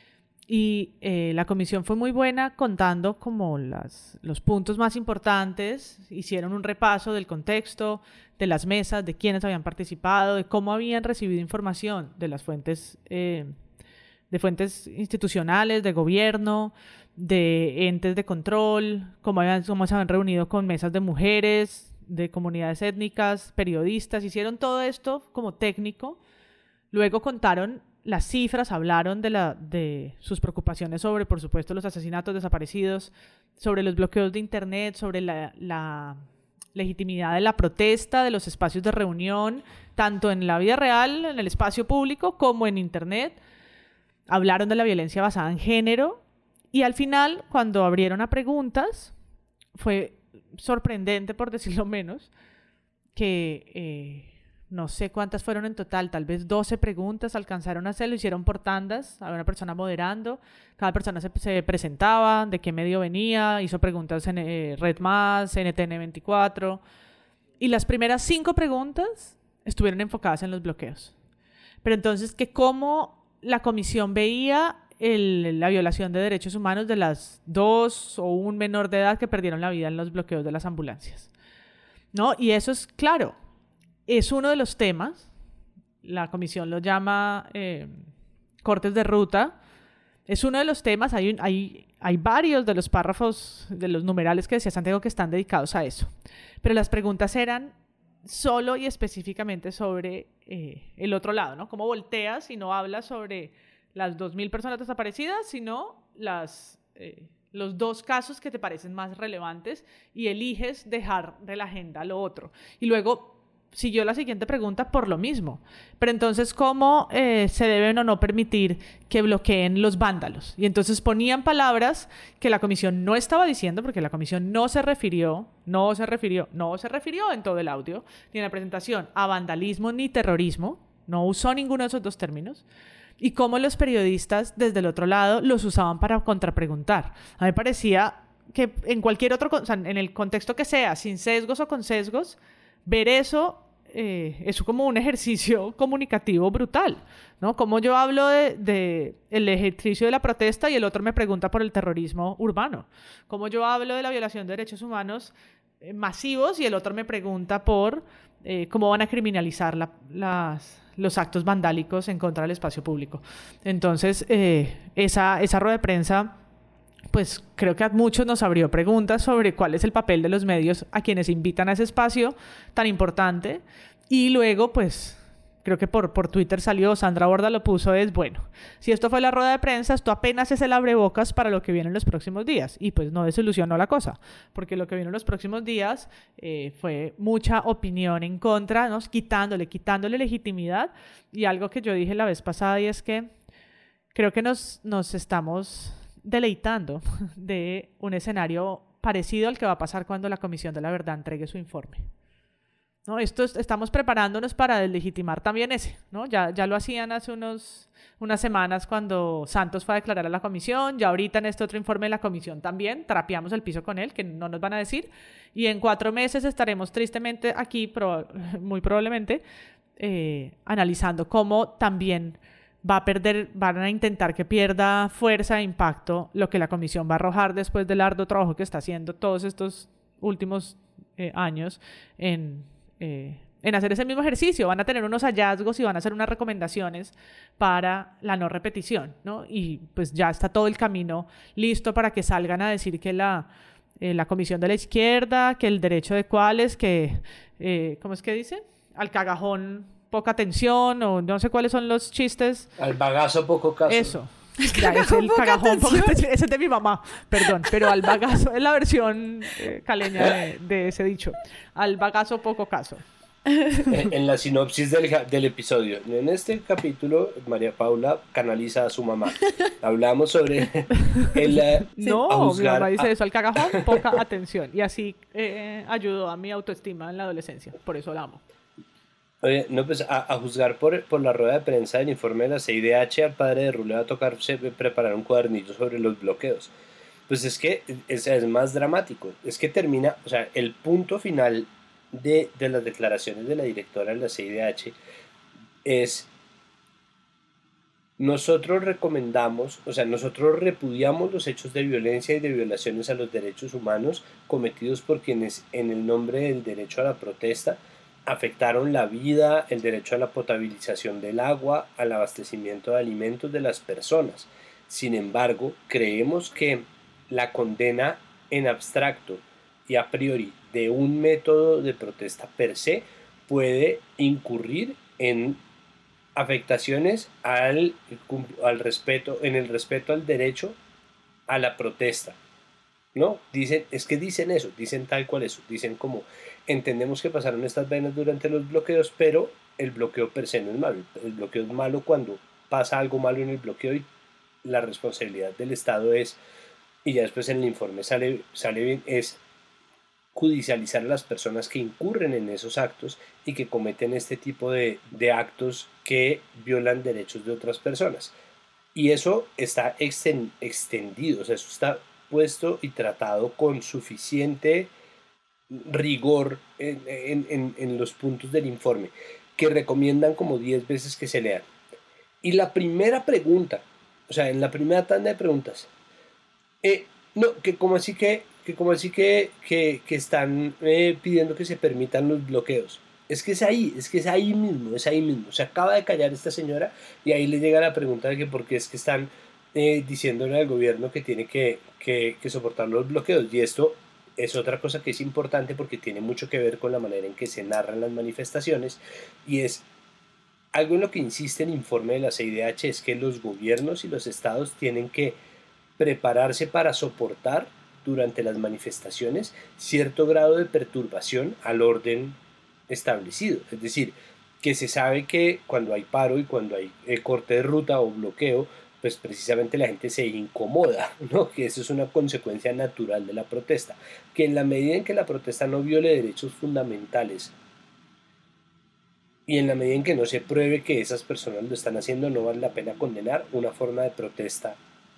Y la comisión fue muy buena contando como los puntos más importantes. Hicieron un repaso del contexto, de las mesas, de quiénes habían participado, de cómo habían recibido información de las fuentes, de fuentes institucionales, de gobierno, de entes de control, cómo se habían reunido con mesas de mujeres, de comunidades étnicas, periodistas. Hicieron todo esto como técnico. Luego contaron las cifras, hablaron de sus preocupaciones sobre, por supuesto, los asesinatos, desaparecidos, sobre los bloqueos de internet, sobre la legitimidad de la protesta, de los espacios de reunión, tanto en la vida real, en el espacio público, como en internet. Hablaron de la violencia basada en género y al final, cuando abrieron a preguntas, fue sorprendente, por decirlo menos, que no sé cuántas fueron en total, tal vez 12 preguntas alcanzaron a hacerlo, hicieron por tandas, había una persona moderando, cada persona se presentaba, de qué medio venía, hizo preguntas en Red Más, NTN 24, y las primeras 5 preguntas estuvieron enfocadas en los bloqueos. Pero entonces, que cómo la comisión veía la violación de derechos humanos de las 2 o un menor de edad que perdieron la vida en los bloqueos de las ambulancias, ¿no? Y eso es claro, es uno de los temas, la comisión lo llama cortes de ruta, es uno de los temas, hay varios de los párrafos, de los numerales que decía Santiago que están dedicados a eso, pero las preguntas eran solo y específicamente sobre el otro lado, ¿no? ¿Cómo volteas y no hablas sobre las 2.000 personas desaparecidas, sino los 2 casos que te parecen más relevantes y eliges dejar de la agenda lo otro? Y luego siguió la siguiente pregunta por lo mismo. Pero entonces, ¿cómo se deben o no permitir que bloqueen los vándalos? Y entonces ponían palabras que la comisión no estaba diciendo, porque la comisión no se refirió en todo el audio, ni en la presentación, a vandalismo ni terrorismo, no usó ninguno de esos 2 términos, y cómo los periodistas desde el otro lado los usaban para contrapreguntar. A mí me parecía que en cualquier otro, o sea, en el contexto que sea, sin sesgos o con sesgos, ver eso es como un ejercicio comunicativo brutal, ¿no? Como yo hablo de el ejercicio de la protesta y el otro me pregunta por el terrorismo urbano. Como yo hablo de la violación de derechos humanos masivos y el otro me pregunta por cómo van a criminalizar los actos vandálicos en contra del espacio público. Entonces, esa rueda de prensa, pues creo que a muchos nos abrió preguntas sobre cuál es el papel de los medios a quienes invitan a ese espacio tan importante. Y luego, pues, creo que por Twitter salió, Sandra Borda lo puso, bueno, si esto fue la rueda de prensa, esto apenas es el abrebocas para lo que viene en los próximos días. Y pues no desilusionó la cosa, porque lo que viene en los próximos días fue mucha opinión en contra, ¿no? quitándole legitimidad. Y algo que yo dije la vez pasada, y es que creo que nos estamos deleitando de un escenario parecido al que va a pasar cuando la Comisión de la Verdad entregue su informe, ¿no? Estamos preparándonos para deslegitimar también ese, ¿no? Ya lo hacían hace unas semanas cuando Santos fue a declarar a la comisión, ya ahorita en este otro informe de la comisión también trapeamos el piso con él, que no nos van a decir, y en 4 meses estaremos tristemente aquí, muy probablemente, analizando cómo también van a intentar que pierda fuerza e impacto lo que la comisión va a arrojar después del arduo trabajo que está haciendo todos estos últimos años en hacer ese mismo ejercicio. Van a tener unos hallazgos y van a hacer unas recomendaciones para la no repetición, ¿no? Y pues ya está todo el camino listo para que salgan a decir que la comisión de la izquierda, que el derecho de cuáles, que ¿cómo es que dice? Al cagajón poca atención, o no sé cuáles son los chistes. Al bagazo poco caso. Eso. Ya, es el cagajón poca atención. Ese es de mi mamá, perdón, pero al bagazo es la versión caleña de ese dicho. Al bagazo poco caso. En la sinopsis del episodio, en este capítulo, María Paula canaliza a su mamá. Hablamos sobre no, mi mamá dice eso, al cagajón poca atención. Y así ayudó a mi autoestima en la adolescencia. Por eso la amo. Oye, no, pues a juzgar por la rueda de prensa del informe de la CIDH, al padre de Ruth le va a tocar preparar un cuadernillo sobre los bloqueos. Pues es que es más dramático. Es que termina, o sea, el punto final de las declaraciones de la directora de la CIDH es: nosotros recomendamos, o sea, nosotros repudiamos los hechos de violencia y de violaciones a los derechos humanos cometidos por quienes, en el nombre del derecho a la protesta, afectaron la vida, el derecho a la potabilización del agua, al abastecimiento de alimentos de las personas. Sin embargo, creemos que la condena en abstracto y a priori de un método de protesta per se puede incurrir en afectaciones al respeto, en el respeto al derecho a la protesta. ¿No? Dicen eso, dicen tal cual eso, dicen como: entendemos que pasaron estas vainas durante los bloqueos, pero el bloqueo per se no es malo. El bloqueo es malo cuando pasa algo malo en el bloqueo y la responsabilidad del Estado es, y ya después en el informe sale bien, es judicializar a las personas que incurren en esos actos y que cometen este tipo de actos que violan derechos de otras personas. Y eso está extendido, o sea, eso está puesto y tratado con suficiente rigor en los puntos del informe, que recomiendan como 10 veces que se lean. Y la primera pregunta, o sea, en la primera tanda de preguntas, no, que como así que están pidiendo que se permitan los bloqueos. Es que es ahí mismo. Se acaba de callar esta señora y ahí le llega la pregunta de que por qué es que están diciéndole al gobierno que tiene que soportar los bloqueos. Y esto es otra cosa que es importante porque tiene mucho que ver con la manera en que se narran las manifestaciones, y es algo en lo que insiste el informe de la CIDH, es que los gobiernos y los estados tienen que prepararse para soportar durante las manifestaciones cierto grado de perturbación al orden establecido. Es decir, que se sabe que cuando hay paro y cuando hay corte de ruta o bloqueo, pues precisamente la gente se incomoda, ¿no? Que eso es una consecuencia natural de la protesta. Que en la medida en que la protesta no viole derechos fundamentales y en la medida en que no se pruebe que esas personas lo están haciendo, no vale la pena condenar una forma de protesta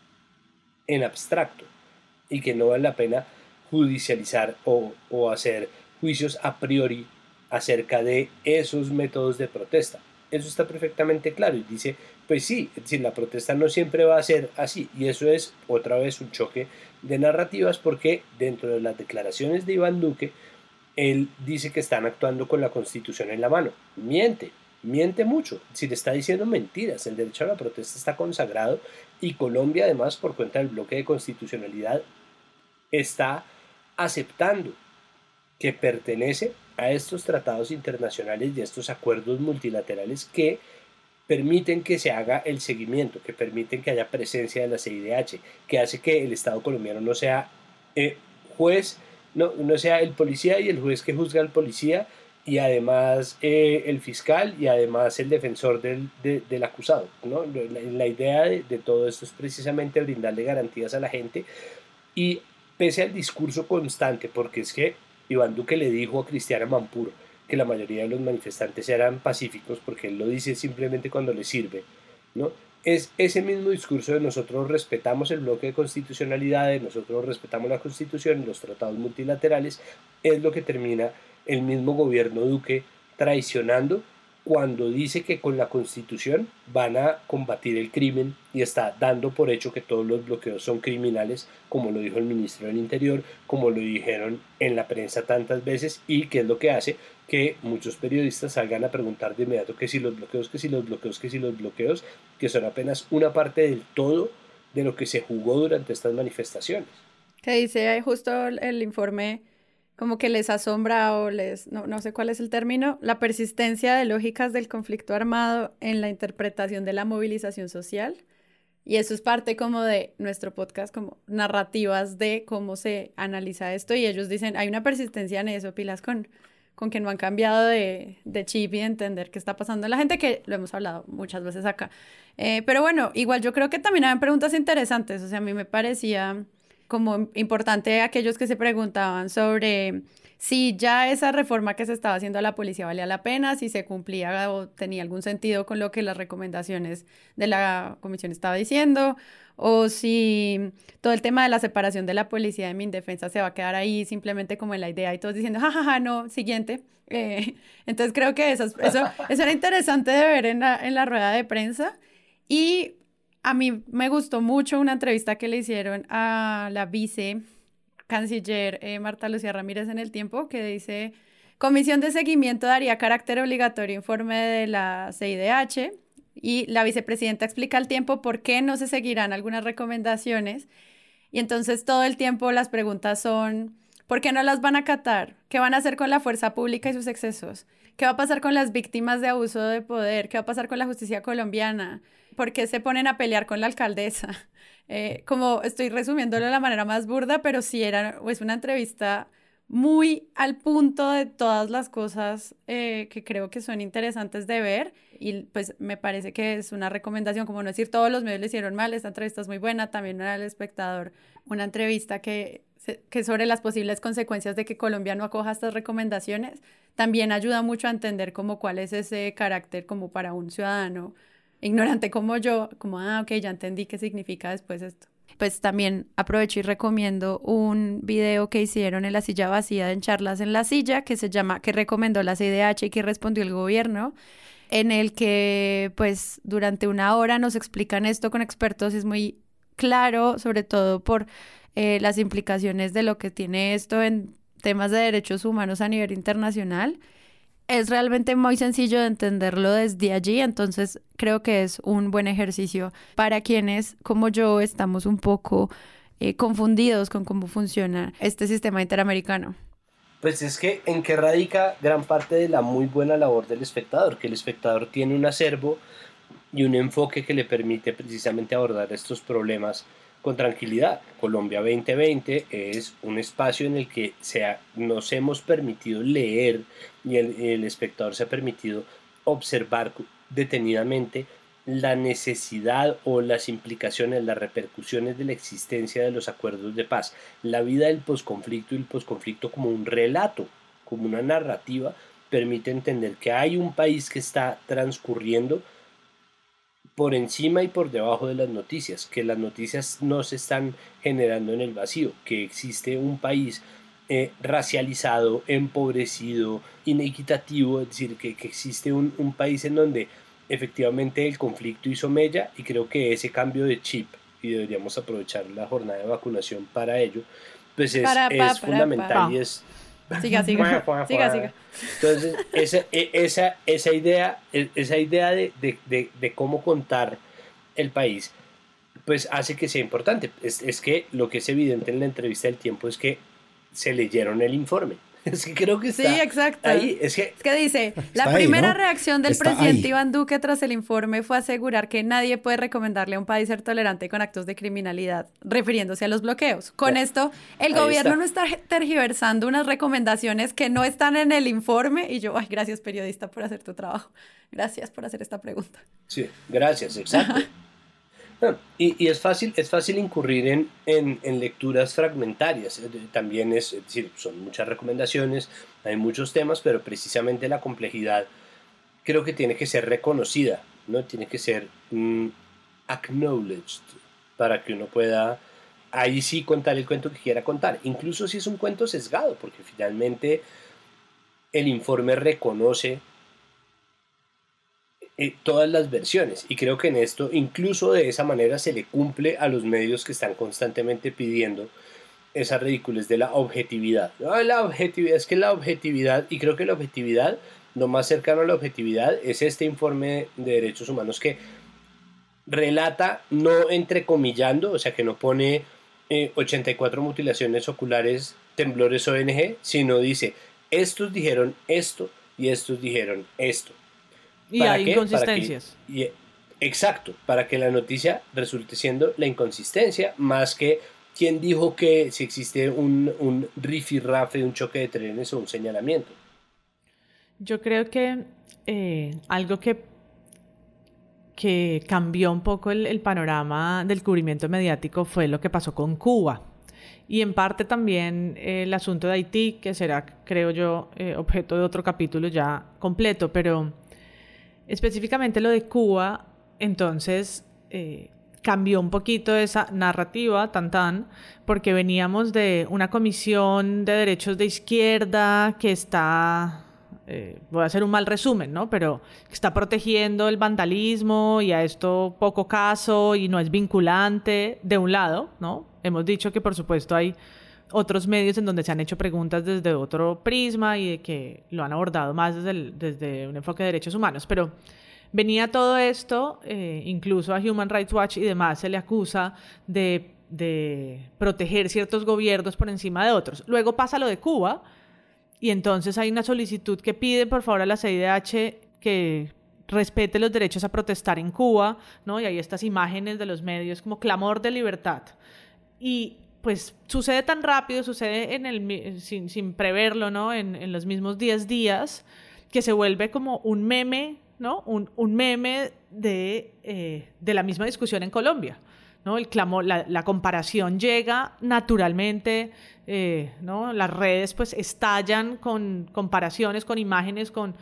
en abstracto, y que no vale la pena judicializar o hacer juicios a priori acerca de esos métodos de protesta. Eso está perfectamente claro, y dice, pues sí, es decir, la protesta no siempre va a ser así, y eso es otra vez un choque de narrativas, porque dentro de las declaraciones de Iván Duque, él dice que están actuando con la Constitución en la mano. Miente mucho, si le está diciendo mentiras. El derecho a la protesta está consagrado, y Colombia, además, por cuenta del bloque de constitucionalidad, está aceptando que pertenece a estos tratados internacionales y a estos acuerdos multilaterales que permiten que se haga el seguimiento, que permiten que haya presencia de la CIDH, que hace que el Estado colombiano no sea juez, no sea el policía y el juez que juzga al policía, y además el fiscal y además el defensor del acusado, ¿no? La idea de todo esto es precisamente brindarle garantías a la gente, y pese al discurso constante, porque es que Iván Duque le dijo a Cristiana Mampur que la mayoría de los manifestantes eran pacíficos, porque él lo dice simplemente cuando le sirve, ¿no? Es ese mismo discurso de nosotros respetamos el bloque de constitucionalidad, nosotros respetamos la Constitución y los tratados multilaterales, es lo que termina el mismo gobierno Duque traicionando cuando dice que con la Constitución van a combatir el crimen, y está dando por hecho que todos los bloqueos son criminales, como lo dijo el ministro del Interior, como lo dijeron en la prensa tantas veces, y que es lo que hace que muchos periodistas salgan a preguntar de inmediato que si los bloqueos, que son apenas una parte del todo de lo que se jugó durante estas manifestaciones. Que dice ahí justo el informe, como que les asombra o no sé cuál es el término, la persistencia de lógicas del conflicto armado en la interpretación de la movilización social. Y eso es parte como de nuestro podcast, como narrativas de cómo se analiza esto. Y ellos dicen, hay una persistencia en eso, pilas con que no han cambiado de chip y de entender qué está pasando en la gente, que lo hemos hablado muchas veces acá. Pero bueno, igual yo creo que también hay preguntas interesantes. O sea, a mí me parecía como importante aquellos que se preguntaban sobre si ya esa reforma que se estaba haciendo a la policía valía la pena, si se cumplía o tenía algún sentido con lo que las recomendaciones de la comisión estaba diciendo, o si todo el tema de la separación de la policía de Mindefensa se va a quedar ahí simplemente como en la idea y todos diciendo, jajaja, no, siguiente. Entonces creo que eso era interesante de ver en la rueda de prensa. Y a mí me gustó mucho una entrevista que le hicieron a la vicecanciller Marta Lucía Ramírez en El Tiempo, que dice, Comisión de Seguimiento daría carácter obligatorio informe de la CIDH, y la vicepresidenta explica al Tiempo por qué no se seguirán algunas recomendaciones, y entonces todo el tiempo las preguntas son, ¿por qué no las van a acatar? ¿Qué van a hacer con la fuerza pública y sus excesos? ¿Qué va a pasar con las víctimas de abuso de poder? ¿Qué va a pasar con la justicia colombiana? ¿Por qué se ponen a pelear con la alcaldesa? Como estoy resumiéndolo de la manera más burda, pero sí es una entrevista muy al punto de todas las cosas que creo que son interesantes de ver, y pues me parece que es una recomendación, como no decir todos los medios le hicieron mal, esta entrevista es muy buena, también era El Espectador, una entrevista que sobre las posibles consecuencias de que Colombia no acoja estas recomendaciones, también ayuda mucho a entender como cuál es ese carácter como para un ciudadano ignorante como yo, como, ok, ya entendí qué significa después esto. Pues también aprovecho y recomiendo un video que hicieron en La Silla Vacía, en Charlas en la Silla, que se llama ¿Qué recomendó la CIDH y qué respondió el gobierno? en el que pues durante una hora nos explican esto con expertos. Es muy claro, sobre todo por las implicaciones de lo que tiene esto en temas de derechos humanos a nivel internacional. Es realmente muy sencillo de entenderlo desde allí, entonces creo que es un buen ejercicio para quienes, como yo, estamos un poco confundidos con cómo funciona este sistema interamericano. Pues es que en qué radica gran parte de la muy buena labor del espectador, que el espectador tiene un acervo y un enfoque que le permite precisamente abordar estos problemas con tranquilidad. Colombia 2020 es un espacio en el que nos hemos permitido leer y el espectador se ha permitido observar detenidamente la necesidad o las implicaciones, las repercusiones de la existencia de los acuerdos de paz, la vida del posconflicto y el posconflicto como un relato, como una narrativa, permite entender que hay un país que está transcurriendo por encima y por debajo de las noticias, que las noticias no se están generando en el vacío, que existe un país racializado, empobrecido, inequitativo, es decir, que existe un país en donde efectivamente el conflicto hizo mella, y creo que ese cambio de chip, y deberíamos aprovechar la jornada de vacunación para ello, pues es fundamental y es... Siga. Entonces, esa idea de cómo contar el país, pues hace que sea importante. Es que lo que es evidente en la entrevista del Tiempo es que se leyeron el informe. Es que creo que está ahí. Es que dice, la primera reacción del presidente Iván Duque tras el informe fue asegurar que nadie puede recomendarle a un país ser tolerante con actos de criminalidad, refiriéndose a los bloqueos. Con esto, el gobierno no está tergiversando unas recomendaciones que no están en el informe. Y yo, gracias, periodista, por hacer tu trabajo. Gracias por hacer esta pregunta. Sí, gracias, exacto. Y es fácil incurrir en lecturas fragmentarias. También es decir, son muchas recomendaciones, hay muchos temas, pero precisamente la complejidad creo que tiene que ser reconocida, ¿no? Tiene que ser acknowledged para que uno pueda ahí sí contar el cuento que quiera contar, incluso si es un cuento sesgado, porque finalmente el informe reconoce todas las versiones, y creo que en esto incluso de esa manera se le cumple a los medios que están constantemente pidiendo esa ridiculez de la objetividad. La objetividad, y creo que la objetividad, lo más cercano a la objetividad es este informe de derechos humanos que relata, no entrecomillando, o sea que no pone 84 mutilaciones oculares, temblores ONG, sino dice, estos dijeron esto y estos dijeron esto. Y hay inconsistencias. Exacto, para que la noticia resulte siendo la inconsistencia, más que quién dijo que, si existe un rifirrafe, un choque de trenes o un señalamiento. Yo creo que algo que cambió un poco el panorama del cubrimiento mediático fue lo que pasó con Cuba. Y en parte también el asunto de Haití, que será, creo yo, objeto de otro capítulo ya completo, pero específicamente lo de Cuba, entonces cambió un poquito esa narrativa, porque veníamos de una comisión de derechos de izquierda que está, voy a hacer un mal resumen, ¿no? Pero está protegiendo el vandalismo y a esto poco caso y no es vinculante, de un lado, ¿no? Hemos dicho que por supuesto hay otros medios en donde se han hecho preguntas desde otro prisma y de que lo han abordado más desde un enfoque de derechos humanos. Pero venía todo esto, incluso a Human Rights Watch y demás se le acusa de proteger ciertos gobiernos por encima de otros. Luego pasa lo de Cuba y entonces hay una solicitud que pide por favor a la CIDH que respete los derechos a protestar en Cuba, ¿no? Y hay estas imágenes de los medios como clamor de libertad. Y pues sucede tan rápido, sucede sin preverlo, ¿no? En los mismos 10 días, que se vuelve como un meme, ¿no? Un meme de la misma discusión en Colombia, ¿no? El clamor, la comparación llega naturalmente, ¿no? Las redes pues estallan con comparaciones, con imágenes, con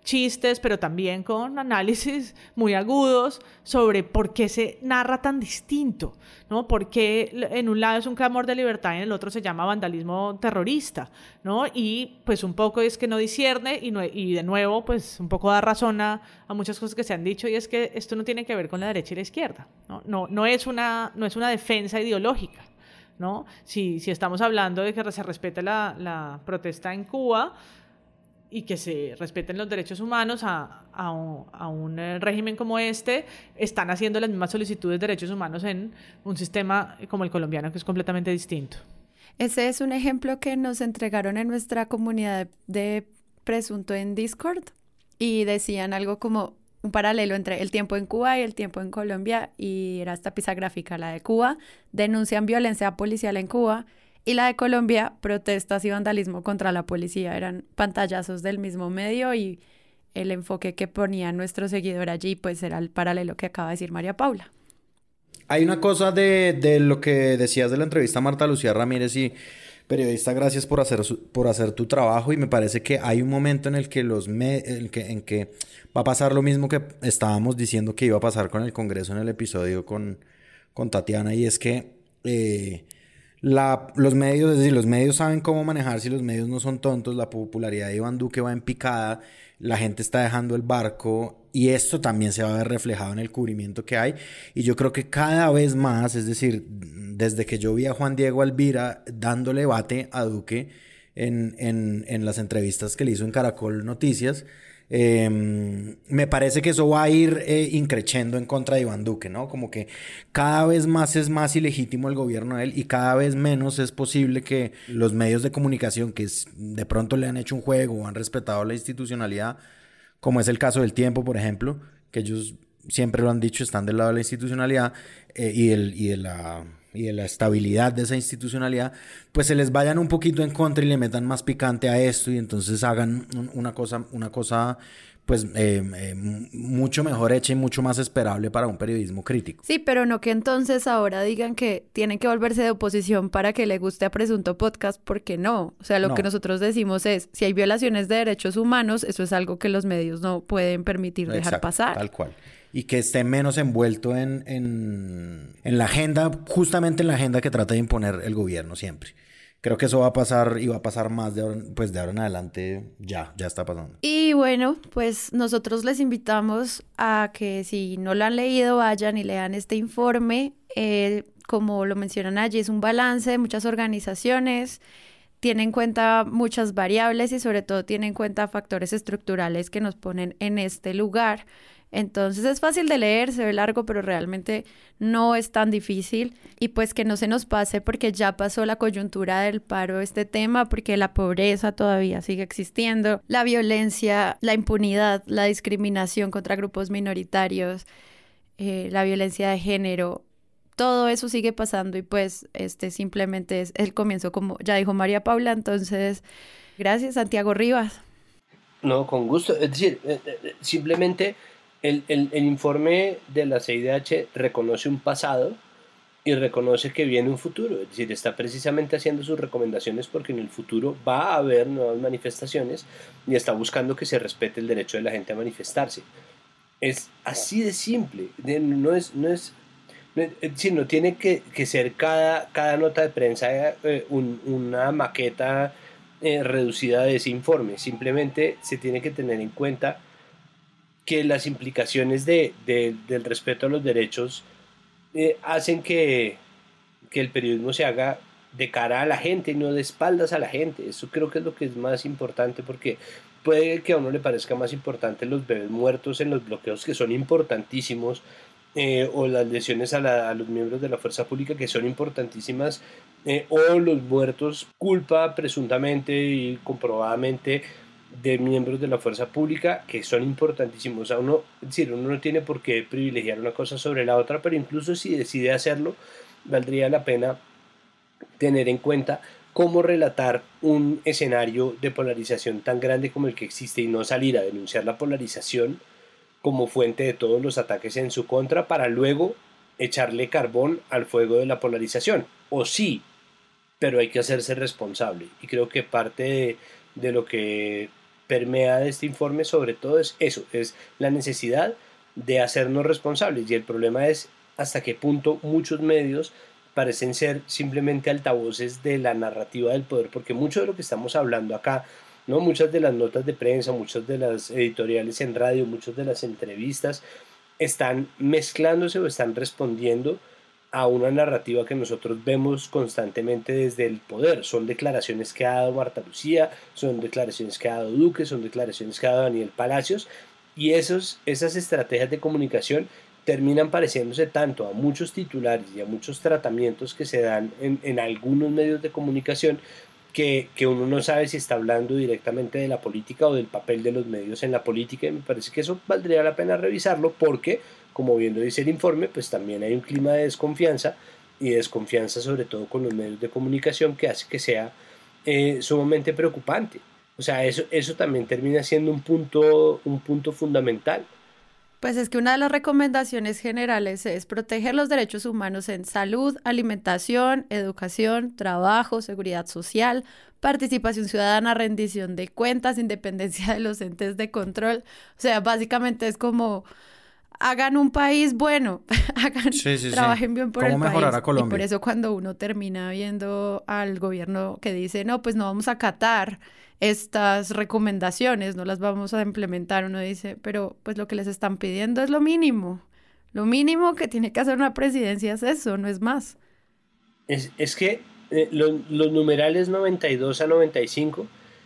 chistes, pero también con análisis muy agudos sobre por qué se narra tan distinto, ¿no? Por qué en un lado es un clamor de libertad y en el otro se llama vandalismo terrorista, ¿no? Y pues un poco es que no discierne y de nuevo pues un poco da razón a muchas cosas que se han dicho, y es que esto no tiene que ver con la derecha y la izquierda, ¿no? No es una defensa ideológica, ¿no? Si estamos hablando de que se respete la protesta en Cuba y que se respeten los derechos humanos a un régimen como este, están haciendo las mismas solicitudes de derechos humanos en un sistema como el colombiano, que es completamente distinto. Ese es un ejemplo que nos entregaron en nuestra comunidad de Presunto en Discord, y decían algo como un paralelo entre el tiempo en Cuba y el tiempo en Colombia, y era esta pieza gráfica. La de Cuba: denuncian violencia policial en Cuba, y la de Colombia: protestas y vandalismo contra la policía. Eran pantallazos del mismo medio, y el enfoque que ponía nuestro seguidor allí pues era el paralelo que acaba de decir María Paula. Hay una cosa de lo que decías de la entrevista a Marta Lucía Ramírez, y periodista, gracias por hacer tu trabajo, y me parece que hay un momento en el que en que va a pasar lo mismo que estábamos diciendo que iba a pasar con el Congreso en el episodio con Tatiana, y es que los medios, es decir, los medios saben cómo manejarse, y los medios no son tontos. La popularidad de Iván Duque va en picada, la gente está dejando el barco, y esto también se va a ver reflejado en el cubrimiento que hay. Y yo creo que cada vez más, es decir, desde que yo vi a Juan Diego Alvira dándole bate a Duque en las entrevistas que le hizo en Caracol Noticias, me parece que eso va a ir increciendo en contra de Iván Duque, ¿no? Como que cada vez más es más ilegítimo el gobierno de él, y cada vez menos es posible que los medios de comunicación que de pronto le han hecho un juego o han respetado la institucionalidad, como es el caso del Tiempo, por ejemplo, que ellos siempre lo han dicho, están del lado de la institucionalidad y de la estabilidad de esa institucionalidad, pues se les vayan un poquito en contra y le metan más picante a esto, y entonces hagan una cosa pues mucho mejor hecha y mucho más esperable para un periodismo crítico. Sí, pero no que entonces ahora digan que tienen que volverse de oposición para que le guste a Presunto Podcast, porque no. O sea, lo que nosotros decimos es, si hay violaciones de derechos humanos, eso es algo que los medios no pueden permitir dejar pasar. Tal cual. Y que esté menos envuelto en la agenda, justamente en la agenda que trata de imponer el gobierno siempre. Creo que eso va a pasar, y va a pasar más de ahora en adelante. Ya está pasando. Y bueno, pues nosotros les invitamos a que, si no lo han leído, vayan y lean este informe. Como lo mencionan allí, es un balance de muchas organizaciones, tiene en cuenta muchas variables y sobre todo tiene en cuenta factores estructurales que nos ponen en este lugar. Entonces es fácil de leer, se ve largo, pero realmente no es tan difícil. Y pues que no se nos pase, porque ya pasó la coyuntura del paro este tema, porque la pobreza todavía sigue existiendo, la violencia, la impunidad, la discriminación contra grupos minoritarios, la violencia de género, todo eso sigue pasando, y pues simplemente es el comienzo, como ya dijo María Paula. Entonces, gracias, Santiago Rivas. No, con gusto. Es decir, simplemente el informe de la CIDH reconoce un pasado y reconoce que viene un futuro. Es decir, está precisamente haciendo sus recomendaciones porque en el futuro va a haber nuevas manifestaciones, y está buscando que se respete el derecho de la gente a manifestarse. Es así de simple. No tiene que ser cada nota de prensa una maqueta reducida de ese informe. Simplemente se tiene que tener en cuenta que las implicaciones del respeto a los derechos hacen que el periodismo se haga de cara a la gente y no de espaldas a la gente. Eso creo que es lo que es más importante, porque puede que a uno le parezca más importante los bebés muertos en los bloqueos, que son importantísimos, o las lesiones a los miembros de la fuerza pública, que son importantísimas, o los muertos culpa presuntamente y comprobadamente de miembros de la fuerza pública, que son importantísimos. O sea, uno no tiene por qué privilegiar una cosa sobre la otra, pero incluso si decide hacerlo, valdría la pena tener en cuenta cómo relatar un escenario de polarización tan grande como el que existe, y no salir a denunciar la polarización como fuente de todos los ataques en su contra para luego echarle carbón al fuego de la polarización. O sí, pero hay que hacerse responsable, y creo que parte de lo que permea de este informe sobre todo es eso, es la necesidad de hacernos responsables, y el problema es hasta qué punto muchos medios parecen ser simplemente altavoces de la narrativa del poder, porque mucho de lo que estamos hablando acá, ¿no? Muchas de las notas de prensa, muchas de las editoriales en radio, muchas de las entrevistas están mezclándose o están respondiendo a una narrativa que nosotros vemos constantemente desde el poder. Son declaraciones que ha dado Marta Lucía, son declaraciones que ha dado Duque, son declaraciones que ha dado Daniel Palacios, y esas estrategias de comunicación terminan pareciéndose tanto a muchos titulares y a muchos tratamientos que se dan en algunos medios de comunicación que uno no sabe si está hablando directamente de la política o del papel de los medios en la política, y me parece que eso valdría la pena revisarlo porque, como bien lo dice el informe, pues también hay un clima de desconfianza, y desconfianza sobre todo con los medios de comunicación, que hace que sea sumamente preocupante. O sea, eso también termina siendo un punto fundamental. Pues es que una de las recomendaciones generales es proteger los derechos humanos en salud, alimentación, educación, trabajo, seguridad social, participación ciudadana, rendición de cuentas, independencia de los entes de control. O sea, básicamente es como hagan un país bueno, trabajen bien por el país. Y por eso cuando uno termina viendo al gobierno que dice, no, pues no vamos a acatar estas recomendaciones, no las vamos a implementar, uno dice, pero pues lo que les están pidiendo es lo mínimo que tiene que hacer una presidencia es eso, no es más. Es que los numerales 92 a 95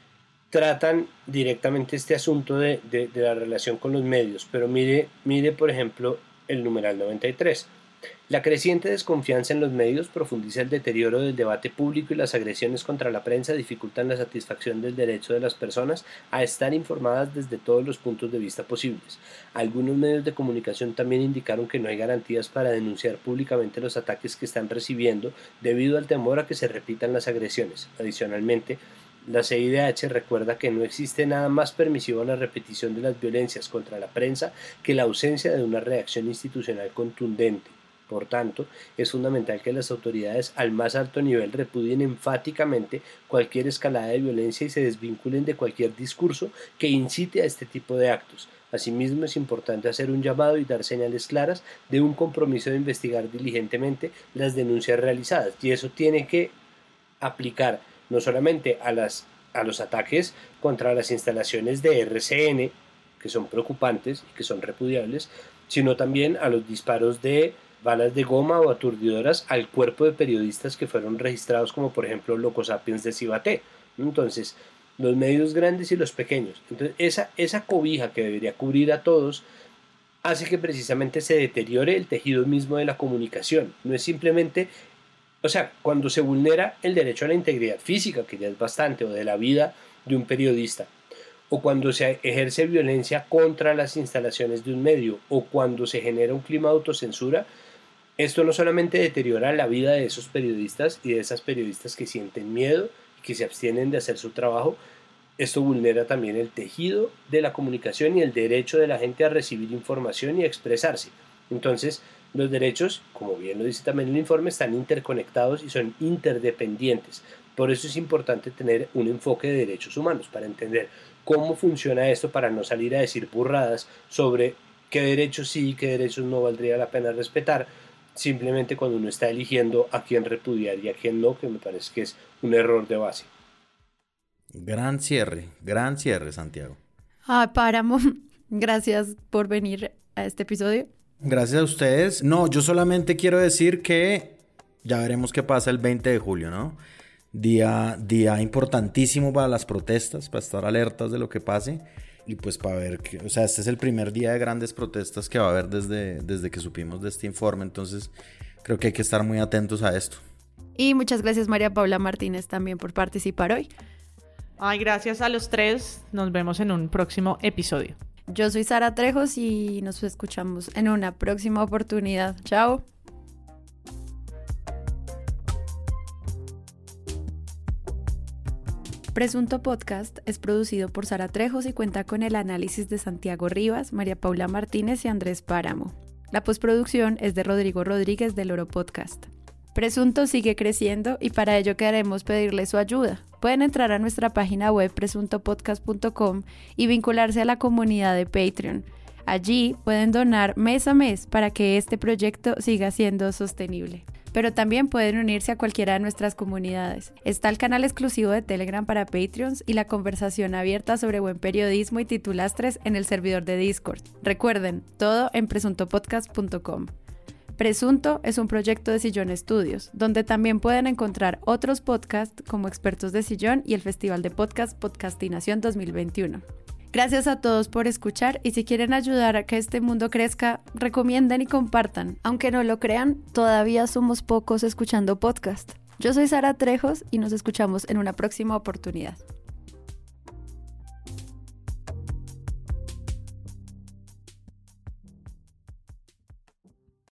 tratan directamente este asunto de la relación con los medios, pero mire por ejemplo el numeral 93. La creciente desconfianza en los medios profundiza el deterioro del debate público, y las agresiones contra la prensa dificultan la satisfacción del derecho de las personas a estar informadas desde todos los puntos de vista posibles. Algunos medios de comunicación también indicaron que no hay garantías para denunciar públicamente los ataques que están recibiendo debido al temor a que se repitan las agresiones. Adicionalmente, la CIDH recuerda que no existe nada más permisivo a la repetición de las violencias contra la prensa que la ausencia de una reacción institucional contundente. Por tanto, es fundamental que las autoridades al más alto nivel repudien enfáticamente cualquier escalada de violencia y se desvinculen de cualquier discurso que incite a este tipo de actos. Asimismo, es importante hacer un llamado y dar señales claras de un compromiso de investigar diligentemente las denuncias realizadas, y eso tiene que aplicar no solamente a los ataques contra las instalaciones de RCN, que son preocupantes y que son repudiables, sino también a los disparos de balas de goma o aturdidoras al cuerpo de periodistas que fueron registrados, como por ejemplo Locosapiens de Cibaté. Entonces, los medios grandes y los pequeños. Entonces, esa cobija que debería cubrir a todos hace que precisamente se deteriore el tejido mismo de la comunicación. No es simplemente, o sea, cuando se vulnera el derecho a la integridad física, que ya es bastante, o de la vida de un periodista, o cuando se ejerce violencia contra las instalaciones de un medio, o cuando se genera un clima de autocensura, esto no solamente deteriora la vida de esos periodistas y de esas periodistas que sienten miedo y que se abstienen de hacer su trabajo, esto vulnera también el tejido de la comunicación y el derecho de la gente a recibir información y a expresarse. Entonces, los derechos, como bien lo dice también el informe, están interconectados y son interdependientes. Por eso es importante tener un enfoque de derechos humanos para entender cómo funciona esto, para no salir a decir burradas sobre qué derechos sí y qué derechos no valdría la pena respetar, simplemente cuando uno está eligiendo a quién repudiar y a quién no, que me parece que es un error de base. Gran cierre, Santiago. Páramo, gracias por venir a este episodio. Gracias a ustedes. No, yo solamente quiero decir que ya veremos qué pasa el 20 de julio, ¿no? Día importantísimo para las protestas, para estar alertas de lo que pase. Y pues para ver, o sea, este es el primer día de grandes protestas que va a haber desde que supimos de este informe, entonces creo que hay que estar muy atentos a esto. Y muchas gracias María Paula Martínez también por participar hoy. Ay, gracias a los tres, nos vemos en un próximo episodio. Yo soy Sara Trejos y nos escuchamos en una próxima oportunidad. Chao. Presunto Podcast es producido por Sara Trejos y cuenta con el análisis de Santiago Rivas, María Paula Martínez y Andrés Páramo. La postproducción es de Rodrigo Rodríguez del Oro Podcast. Presunto sigue creciendo y para ello queremos pedirle su ayuda. Pueden entrar a nuestra página web presuntopodcast.com y vincularse a la comunidad de Patreon. Allí pueden donar mes a mes para que este proyecto siga siendo sostenible. Pero también pueden unirse a cualquiera de nuestras comunidades. Está el canal exclusivo de Telegram para Patreons y la conversación abierta sobre buen periodismo y titulastres en el servidor de Discord. Recuerden, todo en presuntopodcast.com. Presunto es un proyecto de Sillón Studios, donde también pueden encontrar otros podcasts como Expertos de Sillón y el Festival de Podcast Podcastinación 2021. Gracias a todos por escuchar y si quieren ayudar a que este mundo crezca, recomienden y compartan. Aunque no lo crean, todavía somos pocos escuchando podcast. Yo soy Sara Trejos y nos escuchamos en una próxima oportunidad.